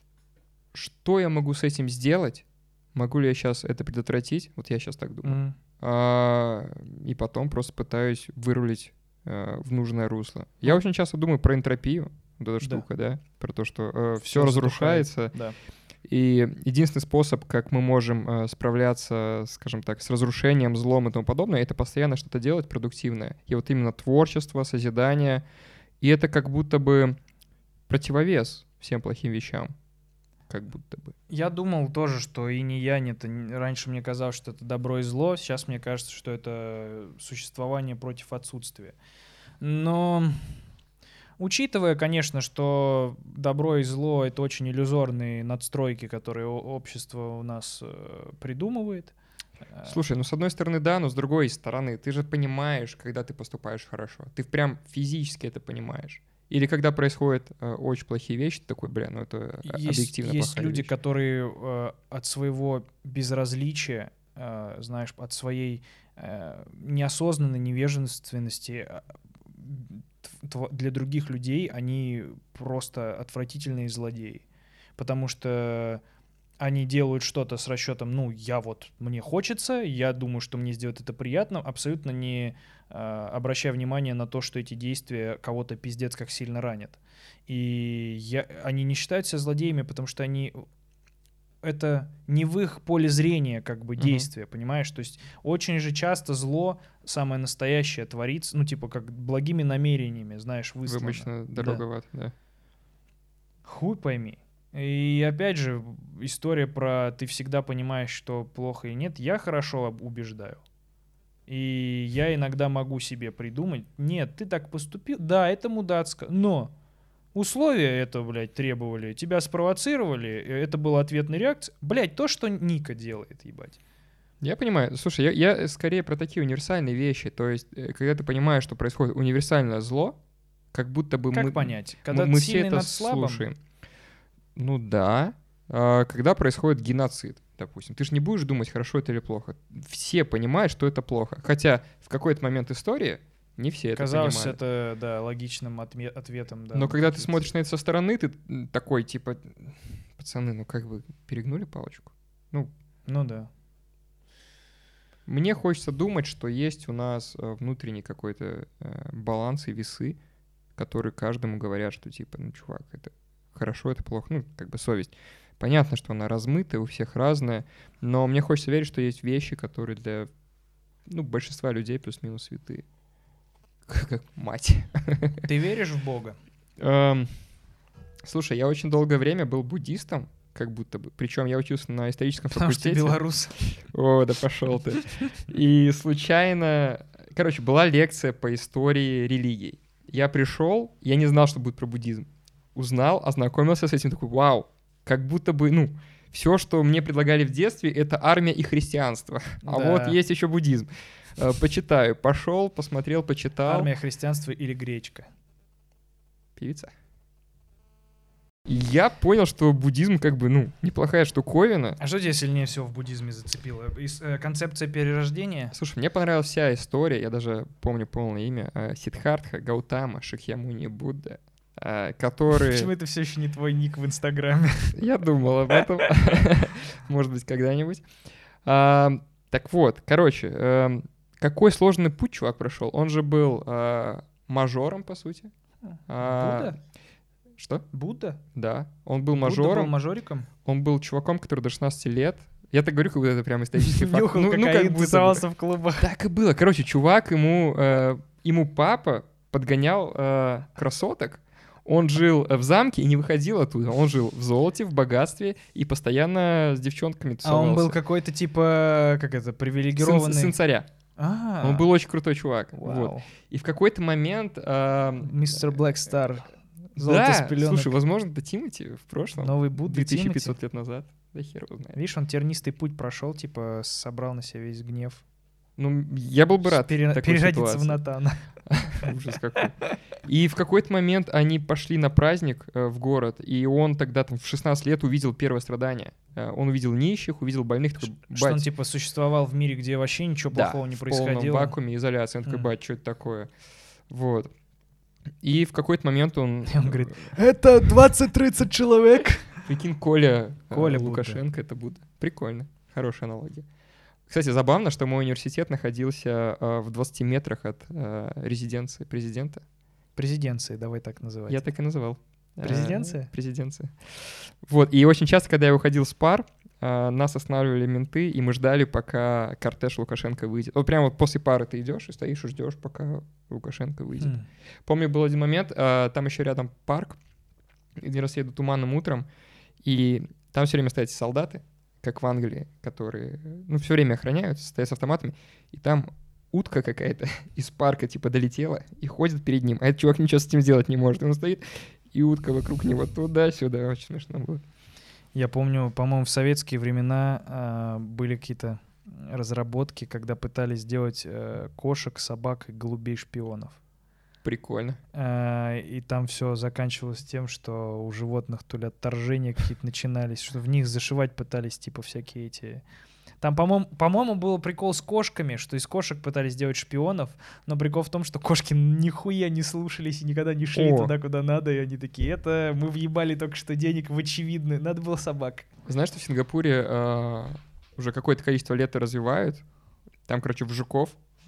что я могу с этим сделать? Могу ли я сейчас это предотвратить? Вот я сейчас так думаю. И потом просто пытаюсь вырулить в нужное русло. Я очень часто думаю про энтропию, вот эта штука, да? Про то, что все разрушается. Да. И единственный способ, как мы можем справляться, скажем так, с разрушением, злом и тому подобное, это постоянно что-то делать продуктивное. И вот именно творчество, созидание. И это как будто бы противовес всем плохим вещам. Как будто бы. Я думал тоже, что и не я, нет. Раньше мне казалось, что это добро и зло. Сейчас мне кажется, что это существование против отсутствия. Но учитывая, конечно, что добро и зло — это очень иллюзорные надстройки, которые общество у нас придумывает. Слушай, ну с одной стороны да, но с другой стороны ты же понимаешь, когда ты поступаешь хорошо. Ты прям физически это понимаешь. Или когда происходят очень плохие вещи, ты такой: бля, ну это объективно плохая Есть люди, вещь. Которые от своего безразличия, знаешь, от своей неосознанной невежественности для других людей они просто отвратительные злодеи. Потому что они делают что-то с расчетом: мне хочется, я думаю, что мне сделает это приятно, абсолютно не обращая внимания на то, что эти действия кого-то пиздец как сильно ранят. И они не считают себя злодеями, потому что это не в их поле зрения как бы действия, понимаешь? То есть очень же часто зло самое настоящее творится, как благими намерениями, знаешь, выслано. Вымощена дороговато, да. Хуй пойми. И опять же, история про ты всегда понимаешь, что плохо и нет. Я хорошо убеждаю. И я иногда могу себе придумать: нет, ты так поступил, да, это мудацко, но условия это, блядь, требовали, тебя спровоцировали, это была ответная реакция. Блядь, то, что Ника делает, ебать. Я понимаю. Слушай, я скорее про такие универсальные вещи. То есть, когда ты понимаешь, что происходит универсальное зло, как будто бы как понять? Когда мы ты все это над слабым? слушаем. Ну да. Когда происходит геноцид, допустим, ты же не будешь думать, хорошо это или плохо. Все понимают, что это плохо. Хотя в какой-то момент истории не все это понимают. Казалось это, да, логичным ответом. Да, но когда ты смотришь на это со стороны, ты такой, типа: пацаны, ну как вы перегнули палочку? Ну да. Мне хочется думать, что есть у нас внутренний какой-то баланс и весы, которые каждому говорят, что типа, ну, чувак, это хорошо, это плохо, ну, как бы совесть. Понятно, что она размытая, у всех разная, но мне хочется верить, что есть вещи, которые для, ну, большинства людей плюс-минус святые. Как мать. Ты веришь в Бога? Слушай, я очень долгое время был буддистом, как будто бы. Причем я учился на историческом Потому факультете. Потому что ты белорус. О, да пошел ты. И случайно... Короче, была лекция по истории религий. Я пришел, я не знал, что будет про буддизм. Узнал, ознакомился с этим, такой, вау, как будто бы, ну, все, что мне предлагали в детстве, это армия и христианство. А вот есть еще буддизм. Почитаю. Пошел, посмотрел, почитал. Армия, христианство или гречка? Певица. И я понял, что буддизм как бы, ну, неплохая штуковина. А что тебя сильнее всего в буддизме зацепило? Концепция перерождения? Слушай, мне понравилась вся история, я даже помню полное имя, Сиддхартха Гаутама Шакьямуни Будда, который... Почему это все еще не твой ник в Инстаграме? Я думал об этом, может быть, когда-нибудь. Так вот, короче, какой сложный путь чувак прошел. Он же был мажором, по сути. Будда? Что? Будда? Да. Он был мажором. Будда был мажориком? Он был чуваком, который до 16 лет. Я так говорю, как будто это прям исторический факт. Нюхал кокаин, тусовался в клубах. Так и было. Короче, чувак, ему папа подгонял красоток. Он жил в замке и не выходил оттуда. Он жил в золоте, в богатстве и постоянно с девчонками тусовался. А он был какой-то типа, как это, привилегированный... Сын царя. Он был очень крутой чувак. Вот. И в какой-то момент... Мистер Блэкстар. Золото с пеленок. Слушай, возможно, это Тимати в прошлом. Новый Будда 2500 Тимати. лет назад. Да хер его знает. Видишь, он тернистый путь прошел, типа собрал на себя весь гнев. Ну, я был бы рад переродиться в Натана. Ужас какой. И в какой-то момент они пошли на праздник в город, и он тогда там в 16 лет увидел первое страдание. Он увидел нищих, увидел больных. Такой, что он типа существовал в мире, где вообще ничего плохого не происходило. В полном вакууме, изоляции. Он такой, бать, что это такое? Вот. И в какой-то момент он говорит, это 20-30 человек. Прикинь, Коля Лукашенко, это Будда. Прикольно. Хорошая аналогия. Кстати, забавно, что мой университет находился в 20 метрах от резиденции президента. Президенции, давай так называть. Я так и называл. Президенция? Президенция. Вот, и очень часто, когда я выходил с пар, нас останавливали менты, и мы ждали, пока кортеж Лукашенко выйдет. Вот прямо вот после пары ты идешь и стоишь и ждешь, пока Лукашенко выйдет. Помню, был один момент, там еще рядом парк, где раз я еду туманным утром, и там все время стоят солдаты, как в Англии, которые, ну, все время охраняют, стоят с автоматами, и там утка какая-то из парка, типа, долетела и ходит перед ним, а этот чувак ничего с этим сделать не может. И он стоит, и утка вокруг него туда-сюда. Очень смешно было. Я помню, по-моему, в советские времена были какие-то разработки, когда пытались сделать кошек, собак и голубей-шпионов. Прикольно. И там все заканчивалось тем, что у животных то ли отторжения какие-то начинались, что в них зашивать пытались, типа, всякие эти... Там, по-моему, был прикол с кошками, что из кошек пытались сделать шпионов, но прикол в том, что кошки нихуя не слушались и никогда не шли туда, куда надо, и они такие, это мы въебали только что денег в очевидно, надо было собак. Знаешь, что в Сингапуре уже какое-то количество лет развивают, там, короче, в жуков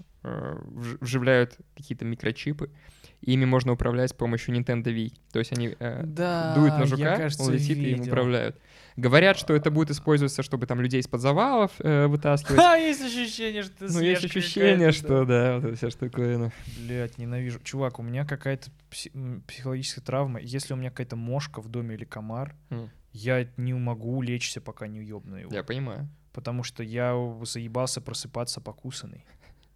вживляют какие-то микрочипы, и ими можно управлять с помощью Nintendo Wii. То есть они дуют на жука, он летит и им управляют. Говорят, что это будет использоваться, чтобы там людей из-под завалов вытаскивать. Есть ощущение, что ну, есть ощущение, что да, вот эта вся штуковина. Блять, ненавижу. Чувак, у меня какая-то психологическая травма. Если у меня какая-то мошка в доме или комар, я не могу улечься, пока не уёбну его. Я понимаю. Потому что я заебался просыпаться покусанный.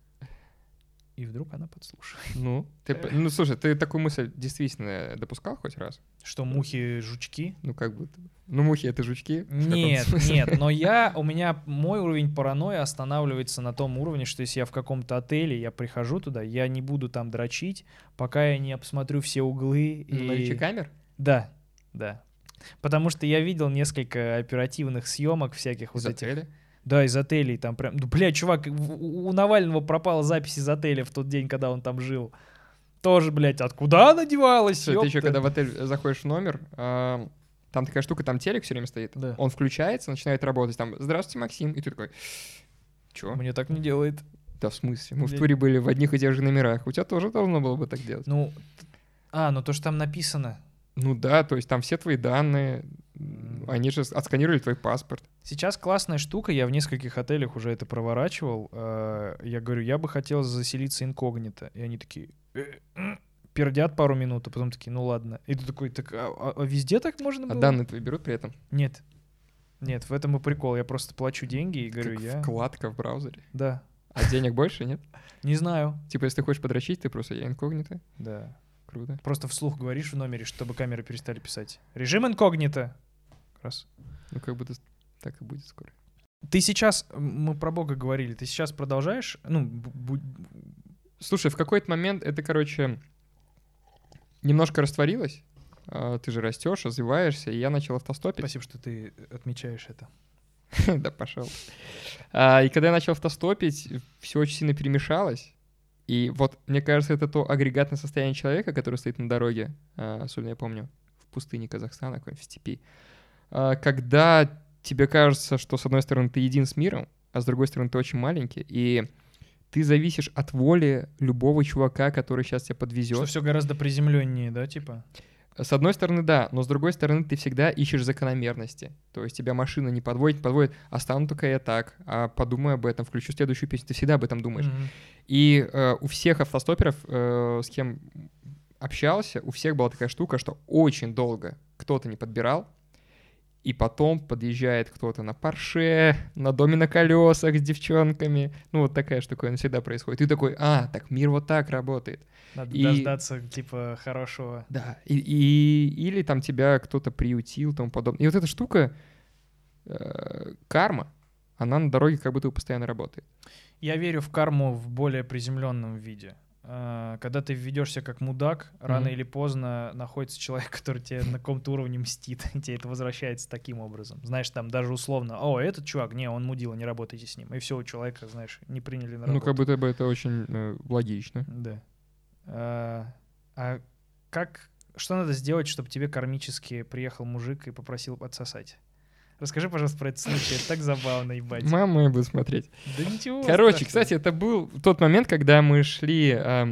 И вдруг она подслушивает. Ну, слушай, ты такую мысль действительно допускал хоть раз? Что мухи — жучки? Ну, как будто. Ну, мухи — это жучки? Нет, но у меня мой уровень паранойи останавливается на том уровне, что если я в каком-то отеле, я прихожу туда, я не буду там дрочить, пока я не обсмотрю все углы. Наличие камер? Да. Потому что я видел несколько оперативных съемок всяких вот этих. Отеля? Да, из отелей там прям... Ну, бля, чувак, у Навального пропала запись из отеля в тот день, когда он там жил. Тоже, блядь, откуда она девалась? Ты еще когда в отель заходишь в номер, там такая штука, там телек все время стоит. Да. Он включается, начинает работать. Там, здравствуйте, Максим. И ты такой, чё? Мне так не делает. Да в смысле? Мы в туре были в одних и тех же номерах. У тебя тоже должно было бы так делать. Ну, Ну то, что там написано. Ну да, то есть там все твои данные, они же отсканировали твой паспорт. Сейчас классная штука, я в нескольких отелях уже это проворачивал. Я говорю, я бы хотел заселиться инкогнито. И они такие... пердят пару минут, а потом такие, ну ладно. И ты такой, так, а везде так можно было? А данные твои берут при этом? Нет. Нет, в этом и прикол. Я просто плачу деньги и говорю, как вкладка в браузере? Да. А денег больше, нет? Не знаю. Типа, если ты хочешь подрочить, ты просто я инкогнито? Да. Круто. Просто вслух говоришь в номере, чтобы камеры перестали писать. Режим инкогнито. Раз. Ну, как будто так и будет скоро. Ты сейчас, мы про Бога говорили, ты сейчас продолжаешь? Слушай, в какой-то момент это, короче... немножко растворилось, ты же растешь, развиваешься, и я начал автостопить. Спасибо, что ты отмечаешь это. Да, пошел. И когда я начал автостопить, все очень сильно перемешалось. И вот, мне кажется, это то агрегатное состояние человека, который стоит на дороге, особенно я помню, в пустыне Казахстана, какой-нибудь в степи, когда тебе кажется, что с одной стороны ты един с миром, а с другой стороны ты очень маленький, и ты зависишь от воли любого чувака, который сейчас тебя подвезет. Что все гораздо приземленнее, да, типа? С одной стороны, да, но с другой стороны, ты всегда ищешь закономерности. То есть тебя машина не подводит, а стану только я так, а подумай об этом, включу следующую песню, ты всегда об этом думаешь. Mm-hmm. И у всех автостоперов, с кем общался, у всех была такая штука, что очень долго кто-то не подбирал, и потом подъезжает кто-то на Порше, на доме на колесах с девчонками. Ну, вот такая штука всегда происходит. И ты такой, так мир вот так работает. Надо дождаться, типа, хорошего. Да, или там тебя кто-то приютил, тому подобное. И вот эта штука, карма, она на дороге как будто постоянно работает. Я верю в карму в более приземленном виде. Когда ты ведешься как мудак, рано или поздно находится человек, который тебе на каком-то уровне мстит, и тебе это возвращается таким образом. Знаешь, там даже условно, этот чувак, не, он мудила, не работайте с ним. И все, у человека, знаешь, не приняли на работу. Ну, как будто бы это очень логично. Да. Что надо сделать, чтобы тебе кармически приехал мужик и попросил отсосать? Расскажи, пожалуйста, про этот случай. Это так забавно, ебать. Мама моя будет смотреть. Да ничего. Короче, кстати, это был тот момент, когда мы шли...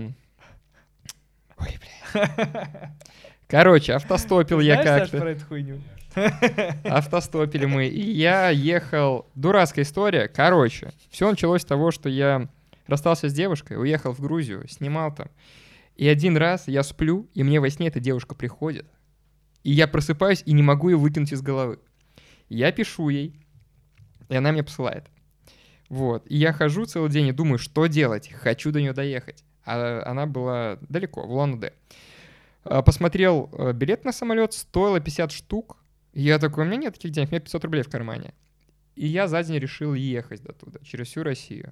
Ой, бля. Короче, автостопил я как-то. Знаешь, про эту хуйню? Автостопили мы. И я ехал... Дурацкая история. Короче, все началось с того, что я расстался с девушкой, уехал в Грузию, снимал там. И один раз я сплю, и мне во сне эта девушка приходит. И я просыпаюсь и не могу ее выкинуть из головы. Я пишу ей, и она мне посылает. Вот. И я хожу целый день и думаю, что делать. Хочу до нее доехать. А она была далеко, в Улан-Удэ. Посмотрел билет на самолет, стоило 50 штук. И я такой, у меня нет таких денег, у меня 500 рублей в кармане. И я за день решил ехать до туда, через всю Россию.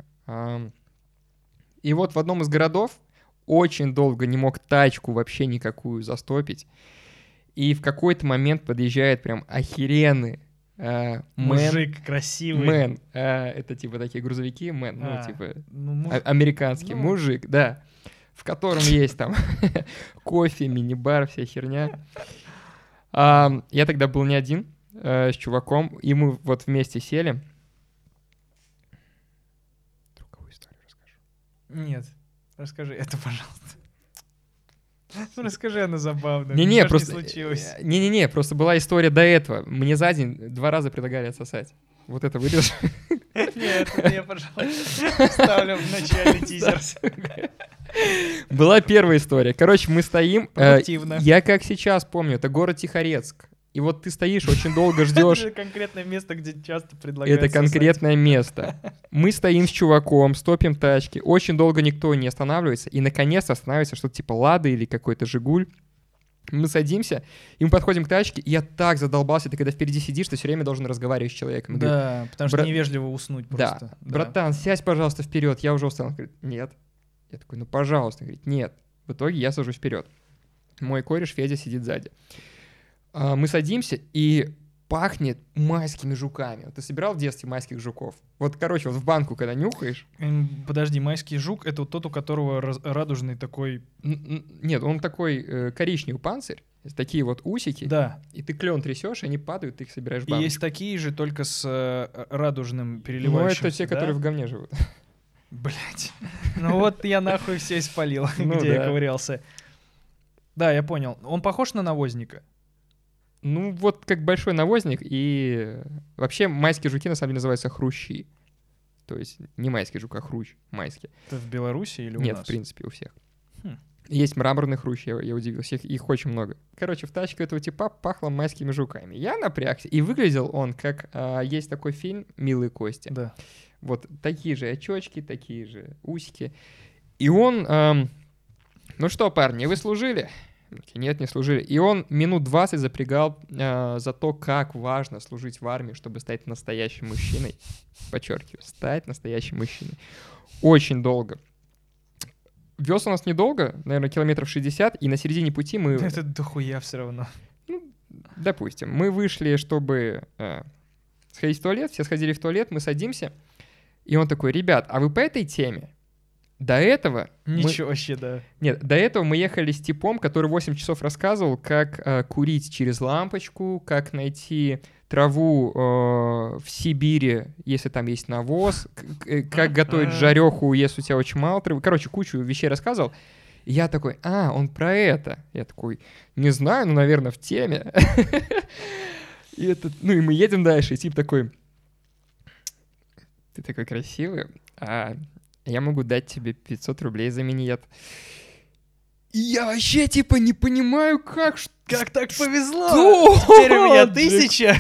И вот в одном из городов очень долго не мог тачку вообще никакую застопить. И в какой-то момент подъезжает прям охеренный мужик красивый. Мэн. Это типа такие грузовики, мэн, американский мужик, да. В котором есть там кофе, мини-бар, вся херня. Я тогда был не один с чуваком, и мы вот вместе сели. Другую историю расскажу. Нет, расскажи это, пожалуйста. Ну, расскажи, она забавная. Не-не, просто... не случилось. Не-не-не, просто была история до этого. Мне за день 2 раза предлагали отсосать. Вот это вырежешь? Нет, я, пожалуйста, ставлю в начале тизер. Была первая история. Короче, мы стоим. Продуктивно. Я как сейчас помню, это город Тихорецк. И вот ты стоишь, очень долго ждешь. Это конкретное место, где часто предлагают Это конкретное место. Мы стоим с чуваком, стопим тачки. Очень долго никто не останавливается. И наконец останавливается что-то типа Лада или какой-то Жигуль. Мы садимся, и мы подходим к тачке, и я так задолбался. Ты когда впереди сидишь, ты все время должен разговаривать с человеком. Да, говорю, потому что невежливо уснуть просто. Да. Братан, сядь, пожалуйста, вперед. Я уже устал. Он говорит, нет. Я такой, ну пожалуйста. Он говорит, нет. В итоге я сажусь вперед. Мой кореш Федя сидит сзади. Мы садимся, и пахнет майскими жуками. Вот ты собирал в детстве майских жуков? Вот, короче, вот в банку, когда нюхаешь... Подожди, майский жук — это тот, у которого радужный такой... Нет, он такой коричневый панцирь, такие вот усики. Да. И ты клен трясешь, и они падают, ты их собираешь в банку. И есть такие же, только с радужным переливающимся. Ну, это те, которые в говне живут. Блять. Ну вот я нахуй все испалил, где я ковырялся. Да, я понял. Он похож на навозника? Ну, вот как большой навозник, и вообще майские жуки на самом деле называются хрущи. То есть не майский жук, а хрущ майский. Это в Беларуси или у нас? Нет, в принципе, у всех. Есть мраморный хрущ, я удивился, их очень много. Короче, в тачке этого типа пахло майскими жуками. Я напрягся, и выглядел он как... есть такой фильм «Милые кости». Да. Вот такие же очечки, такие же усики. И он... ну что, парни, вы служили? Нет, не служили. И он минут 20 запрягал за то, как важно служить в армии, чтобы стать настоящим мужчиной. Подчеркиваю, стать настоящим мужчиной. Очень долго. Вез у нас недолго, наверное, километров 60, и на середине пути мы... Это дохуя все равно. Ну, допустим. Мы вышли, чтобы сходить в туалет, все сходили в туалет, мы садимся, и он такой: ребят, а вы по этой теме? До этого... Ничего вообще, да. Нет, до этого мы ехали с типом, который 8 часов рассказывал, как курить через лампочку, как найти траву в Сибири, если там есть навоз, как готовить жареху, если у тебя очень мало травы. Короче, кучу вещей рассказывал. И я такой: он про это. Я такой: не знаю, ну, наверное, в теме. И мы едем дальше, и тип такой: ты такой красивый, я могу дать тебе 500 рублей за миньет. И я вообще, типа, не понимаю, как так повезло! Что? Теперь у меня 1000!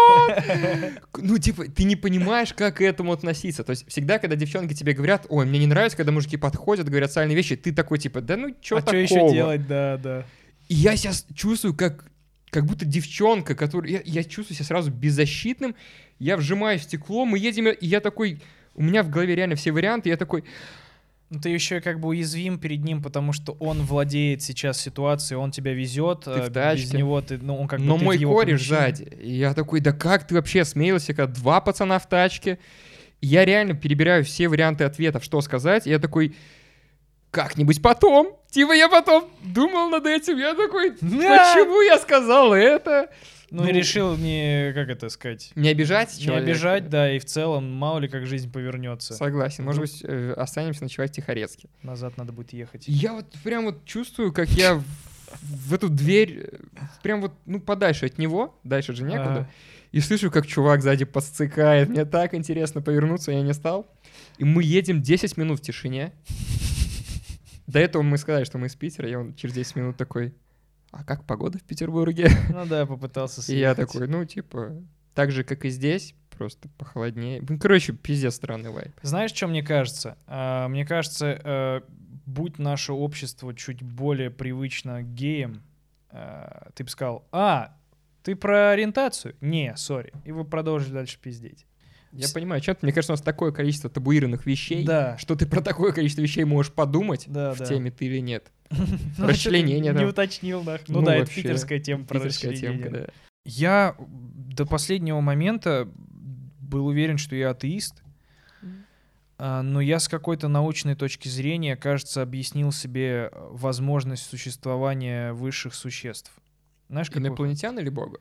Ну, типа, ты не понимаешь, как к этому относиться. То есть всегда, когда девчонки тебе говорят: ой, мне не нравится, когда мужики подходят, говорят сальные вещи, ты такой, типа, да ну, чё такого? Что еще делать, да. И я сейчас чувствую, как будто девчонка, которая... Я чувствую себя сразу беззащитным, я вжимаюсь в стекло, мы едем, и я такой... У меня в голове реально все варианты, я такой... Ну, ты еще как бы уязвим перед ним, потому что он владеет сейчас ситуацией, он тебя везет, ты в тачке. без него ты, ну, он как бы... Но мой кореш сзади. И я такой: да как ты вообще осмелился, когда 2 пацана в тачке? И я реально перебираю все варианты ответов, что сказать, и я такой: как-нибудь потом. Типа я потом думал над этим, я такой: почему я сказал это? Ну, и решил не обижать человека. Не обижать, да, и в целом, мало ли как жизнь повернется. Согласен. Может быть, останемся ночевать в Тихорецке. Назад надо будет ехать. Я вот прям вот чувствую, как я в эту дверь, прям вот, ну, подальше от него, дальше же некуда, и слышу, как чувак сзади подсцикает. Мне так интересно повернуться, я не стал. И мы едем 10 минут в тишине. До этого мы сказали, что мы из Питера, и он через 10 минут такой: а как погода в Петербурге? Ну да, попытался съехать. И я такой: ну, типа, так же, как и здесь, просто похолоднее. Ну, короче, пиздец странный вайб. Знаешь, что мне кажется? Мне кажется, будь наше общество чуть более привычно к геям, ты бы сказал: ты про ориентацию? Не, сори. И вы продолжили дальше пиздеть. Я понимаю, мне кажется, у нас такое количество табуированных вещей, что ты про такое количество вещей можешь подумать, в теме ты или нет. Расчленение. Не уточнил, да. Ну да, это питерская тема про расчленение. Я до последнего момента был уверен, что я атеист, но я с какой-то научной точки зрения, кажется, объяснил себе возможность существования высших существ. Знаешь, инопланетян или Бога?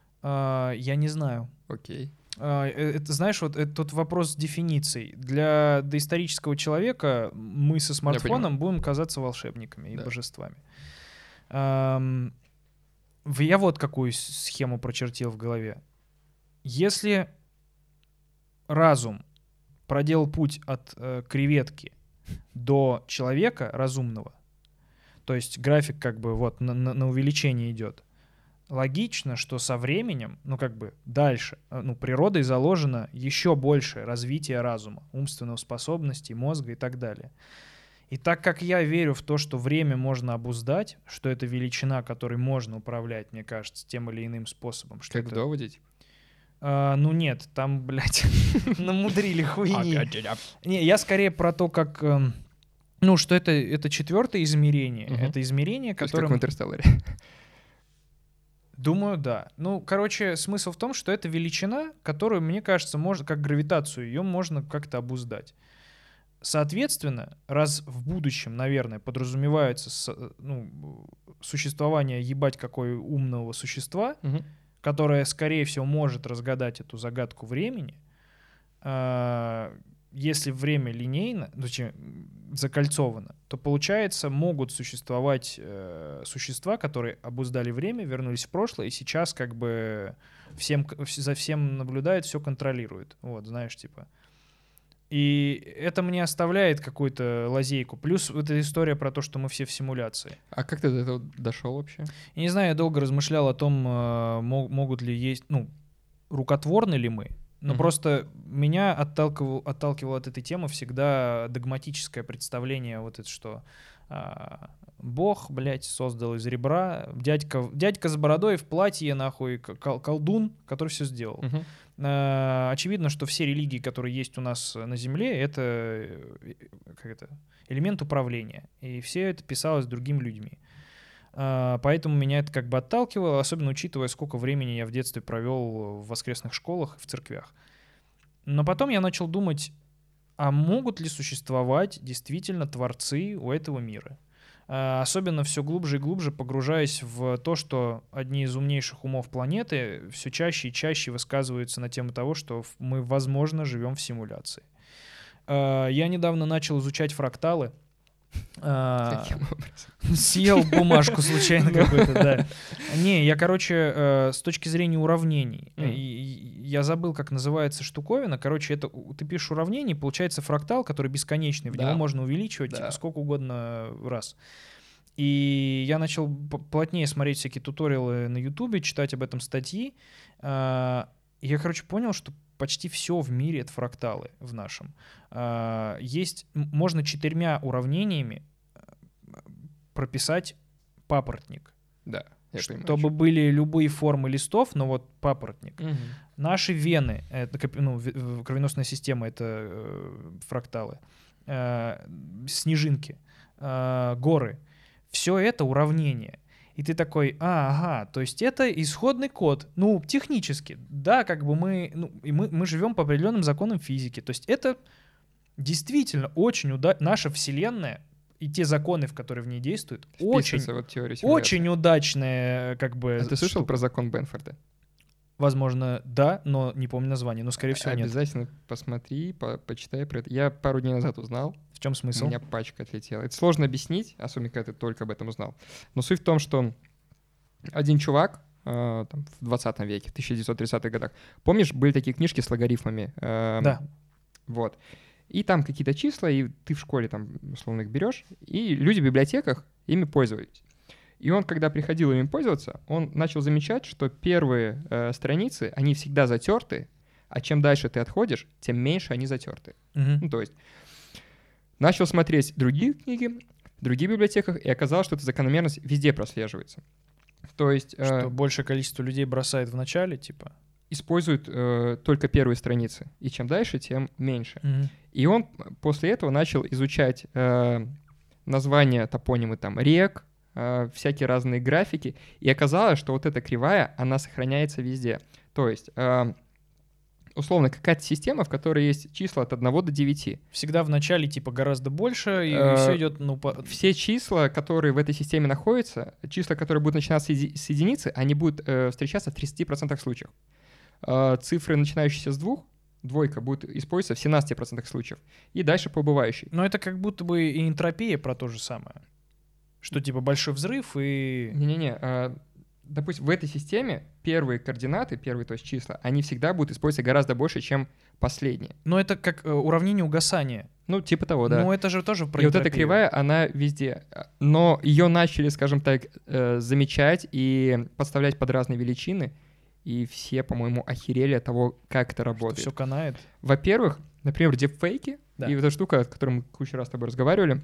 Я не знаю. Окей. Это, знаешь, вот это тут вопрос дефиниций. Для доисторического человека мы со смартфоном будем казаться волшебниками и божествами. Я вот какую схему прочертил в голове. Если разум проделал путь от креветки до человека разумного, то есть график как бы вот на увеличение идет, логично, что со временем, ну как бы дальше, ну природой заложено еще большее развитие разума, умственных способностей, мозга и так далее. И так как я верю в то, что время можно обуздать, что это величина, которой можно управлять, мне кажется, тем или иным способом. Что как это... доводить? Ну нет, там, блядь, намудрили хуйни. Не, я скорее про то, как... Ну, что это 4-е измерение. Это измерение, которое... как в «Интерстелларе». Думаю, да. Ну, короче, смысл в том, что это величина, которую, мне кажется, можно, как гравитацию, ее можно как-то обуздать. Соответственно, раз в будущем, наверное, подразумевается существование ебать какой умного существа, которое, скорее всего, может разгадать эту загадку времени, если время линейно, точнее, закольцовано, то, получается, могут существовать существа, которые обуздали время, вернулись в прошлое, и сейчас как бы за всем наблюдают, все контролируют. Вот, знаешь, типа. И это мне оставляет какую-то лазейку. Плюс эта история про то, что мы все в симуляции. А как ты до этого дошел вообще? Я не знаю, я долго размышлял о том, могут ли есть, рукотворны ли мы. Но просто меня отталкивало от этой темы всегда догматическое представление, вот это, что Бог, блядь, создал из ребра, дядька с бородой в платье, нахуй, колдун, который все сделал. Очевидно, что все религии, которые есть у нас на Земле, это элемент управления. И все это писалось другими людьми. Поэтому меня это как бы отталкивало, особенно учитывая, сколько времени я в детстве провел в воскресных школах, в церквях. Но потом я начал думать, а могут ли существовать действительно творцы у этого мира? Особенно все глубже и глубже погружаясь в то, что одни из умнейших умов планеты все чаще и чаще высказываются на тему того, что мы, возможно, живем в симуляции. Я недавно начал изучать фракталы. Каким образом? Съел бумажку случайно какую-то, да. Не, я, с точки зрения уравнений, я забыл, как называется штуковина. Короче, это ты пишешь уравнение, получается фрактал, который бесконечный, в него можно увеличивать сколько угодно раз. И я начал плотнее смотреть всякие туториалы на Ютубе, читать об этом статьи. Я, понял, что почти все в мире — это фракталы в нашем. Можно 4 уравнениями прописать папоротник. Да, чтобы были любые формы листов, но вот папоротник. Наши вены, это, кровеносная система — это фракталы. Снежинки, горы. Все это уравнение. И ты такой, то есть это исходный код. Технически, да, как бы мы живем по определенным законам физики. То есть это действительно очень наша Вселенная и те законы, в которые в ней действуют, очень удачная, как бы... А ты слышал про закон Бенфорда? Возможно, да, но не помню название, но, скорее всего, нет. Обязательно посмотри, почитай про это. Я пару дней назад узнал. В чем смысл? У меня пачка отлетела. Это сложно объяснить, особенно когда ты только об этом узнал. Но суть в том, что один чувак в 20 веке, в 1930-х годах, помнишь, были такие книжки с логарифмами? Да. Вот. И там какие-то числа, и ты в школе там, условно, их берешь, и люди в библиотеках ими пользовались. И он, когда приходил ими пользоваться, он начал замечать, что первые страницы, они всегда затерты, а чем дальше ты отходишь, тем меньше они затерты. То есть начал смотреть другие книги в других библиотеках, и оказалось, что эта закономерность везде прослеживается. То есть... Что большее количество людей бросает в начале, типа... Используют только первые страницы, и чем дальше, тем меньше. И он после этого начал изучать названия, топонимы там рек, всякие разные графики, и оказалось, что вот эта кривая, она сохраняется везде. То есть, условно, какая-то система, в которой есть числа от 1 до 9. Всегда в начале типа гораздо больше, и все идет... Все числа, которые в этой системе находятся, числа, которые будут начинаться с единицы, они будут встречаться в 30% случаев. Цифры, начинающиеся с 2, двойка, будет использоваться в 17% случаев. И дальше по убывающей. Но это как будто бы и энтропия про то же самое. Что типа большой взрыв и... Не-не-не. Допустим, в этой системе первые координаты, первые, то есть числа, они всегда будут использоваться гораздо больше, чем последние. Но это как уравнение угасания. Типа того, да. Ну, это же тоже про И вот эта кривая, она везде. Но ее начали, скажем так, замечать и подставлять под разные величины. И все, по-моему, охерели от того, как это работает. Что все канает. Во-первых, например, дипфейки. Да. И вот эта штука, о которой мы кучу раз с тобой разговаривали.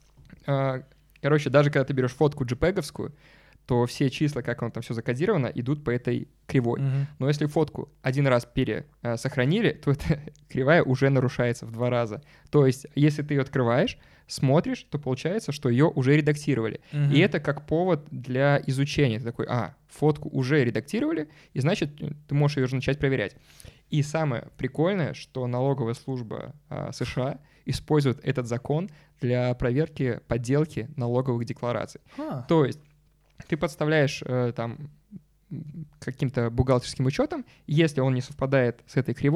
Короче, даже когда ты берешь фотку джипеговскую, то все числа, как оно там все закодировано, идут по этой кривой. Но если фотку один раз пересохранили, то эта кривая уже нарушается в 2 раза. То есть, если ты ее открываешь, смотришь, то получается, что ее уже редактировали. И это как повод для изучения. Ты такой, фотку уже редактировали, и значит, ты можешь ее уже начать проверять. И самое прикольное, что налоговая служба США использует этот закон для проверки подделки налоговых деклараций. То есть ты подставляешь там каким-то бухгалтерским учетом, если он не совпадает с этой кривой,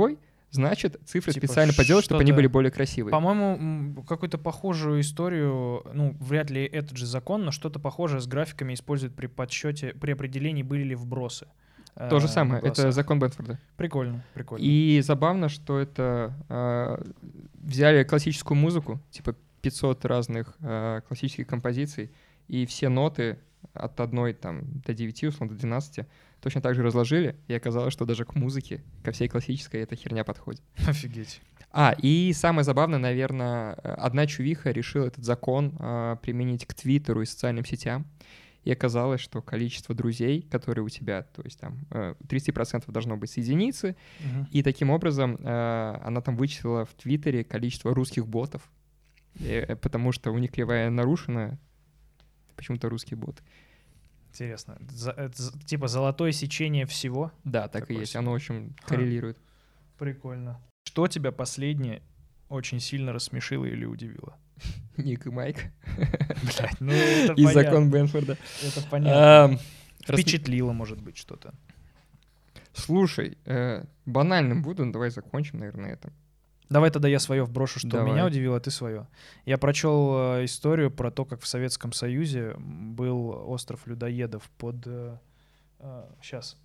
значит, цифры типа специально поделают, чтобы они были более красивые. По-моему, какую-то похожую историю, ну, вряд ли этот же закон, но что-то похожее с графиками используют при подсчете, при определении, были ли вбросы. То же самое, это закон Бенфорда. Прикольно, прикольно. И забавно, что это взяли классическую музыку, типа 500 разных классических композиций, и все ноты от 1 там, до 9, условно, до 12 точно так же разложили, и оказалось, что даже к музыке, ко всей классической, эта херня подходит. Офигеть. И самое забавное, наверное, одна чувиха решила этот закон применить к Твиттеру и социальным сетям, и оказалось, что количество друзей, которые у тебя, то есть там 30% должно быть с единицы, и таким образом она там вычислила в Твиттере количество русских ботов, потому что у них кривая нарушена, почему-то русские боты. Интересно. Типа золотое сечение всего? Да, так и есть. Оно очень коррелирует. Прикольно. Что тебя последнее очень сильно рассмешило или удивило? Ник и Майк. Блядь, ну это понятно. И закон Бенфорда. Это понятно. Впечатлило, может быть, что-то. Слушай, банальным буду, но давай закончим, наверное, это. Давай тогда я свое вброшу, что меня удивило, а ты свое. Я прочел историю про то, как в Советском Союзе был остров людоедов под... сейчас.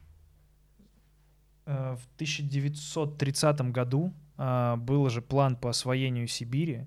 В 1930 году был же план по освоению Сибири,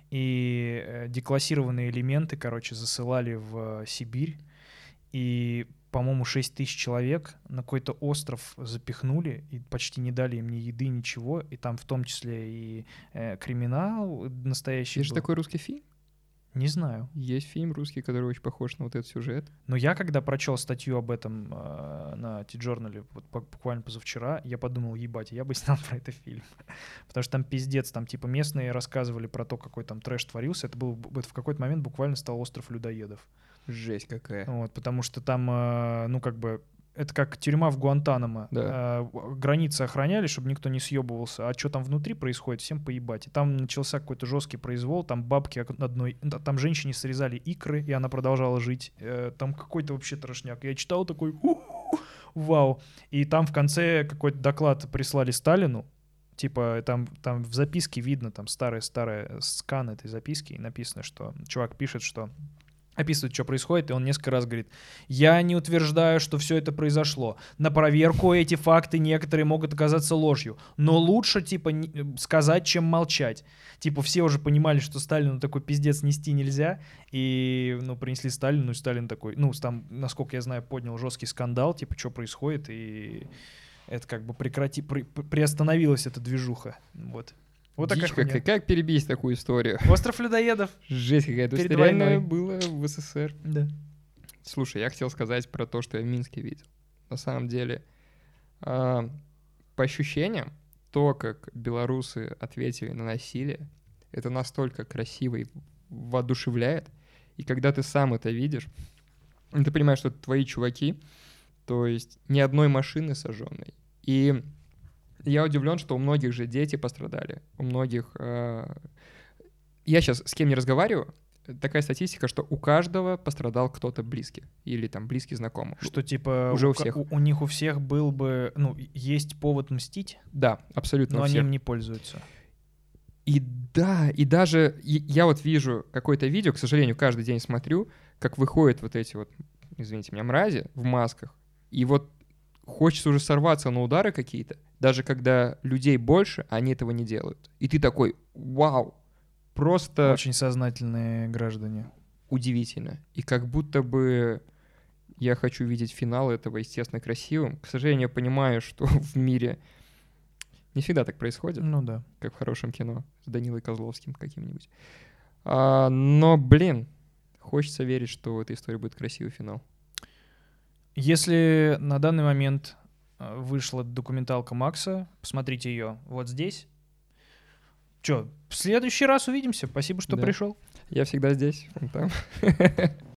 и деклассированные элементы, короче, засылали в Сибирь, и, по-моему, 6 тысяч человек на какой-то остров запихнули и почти не дали им ни еды, ничего, и там в том числе и криминал настоящий. Есть же такой русский фильм? Не знаю. Есть фильм русский, который очень похож на вот этот сюжет. Но я, когда прочел статью об этом на T-Journal вот, буквально позавчера, я подумал, ебать, я бы снял про это фильм. Потому что там пиздец, там типа местные рассказывали про то, какой там трэш творился. Это в какой-то момент буквально стал остров людоедов. Жесть какая. Вот, потому что там, ну как бы, это как тюрьма в Гуантанамо. Да. Границы охраняли, чтобы никто не съебывался. А что там внутри происходит, всем поебать. И там начался какой-то жесткий произвол. Там бабки одной... Там женщине срезали икры, и она продолжала жить. Там какой-то вообще трошняк. Я читал такой... Вау. И там в конце какой-то доклад прислали Сталину. Типа там в записке видно, там старый скан этой записки. И написано, что... Чувак пишет, что... Описывает, что происходит, и он несколько раз говорит: я не утверждаю, что все это произошло. На проверку эти факты некоторые могут оказаться ложью. Но лучше, типа, сказать, чем молчать. Типа, все уже понимали, что Сталину такой пиздец нести нельзя. И, ну, принесли Сталину, и Сталин такой, ну, там, насколько я знаю, поднял жесткий скандал, типа, что происходит, и это как бы приостановилась эта движуха. Вот. Вот такая хуйня. Как перебить такую историю? Остров людоедов. Жесть какая-то. Это реально было в СССР. Да. Слушай, я хотел сказать про то, что я в Минске видел. На самом деле, по ощущениям, то, как белорусы ответили на насилие, это настолько красиво и воодушевляет. И когда ты сам это видишь, ты понимаешь, что это твои чуваки, то есть ни одной машины сожженной. И я удивлен, что у многих же дети пострадали. У многих... Я сейчас с кем не разговариваю, такая статистика, что у каждого пострадал кто-то близкий. Или там близкий знакомый. Что типа уже у всех. У них у всех был бы... Ну, есть повод мстить. Да, абсолютно. Но они им не пользуются. И да, и даже... Я вот вижу какое-то видео, к сожалению, каждый день смотрю, как выходят вот эти вот, извините меня, мрази в масках. И вот хочется уже сорваться на удары какие-то. Даже когда людей больше, они этого не делают. И ты такой: вау, просто... Очень сознательные граждане. Удивительно. И как будто бы я хочу видеть финал этого, естественно, красивым. К сожалению, я понимаю, что в мире не всегда так происходит. Ну да. Как в хорошем кино с Данилой Козловским каким-нибудь. Но, блин, хочется верить, что в этой истории будет красивый финал. Если на данный момент вышла документалка Макса, посмотрите ее вот здесь. Че, в следующий раз увидимся. Спасибо, что пришел. Я всегда здесь, вон там.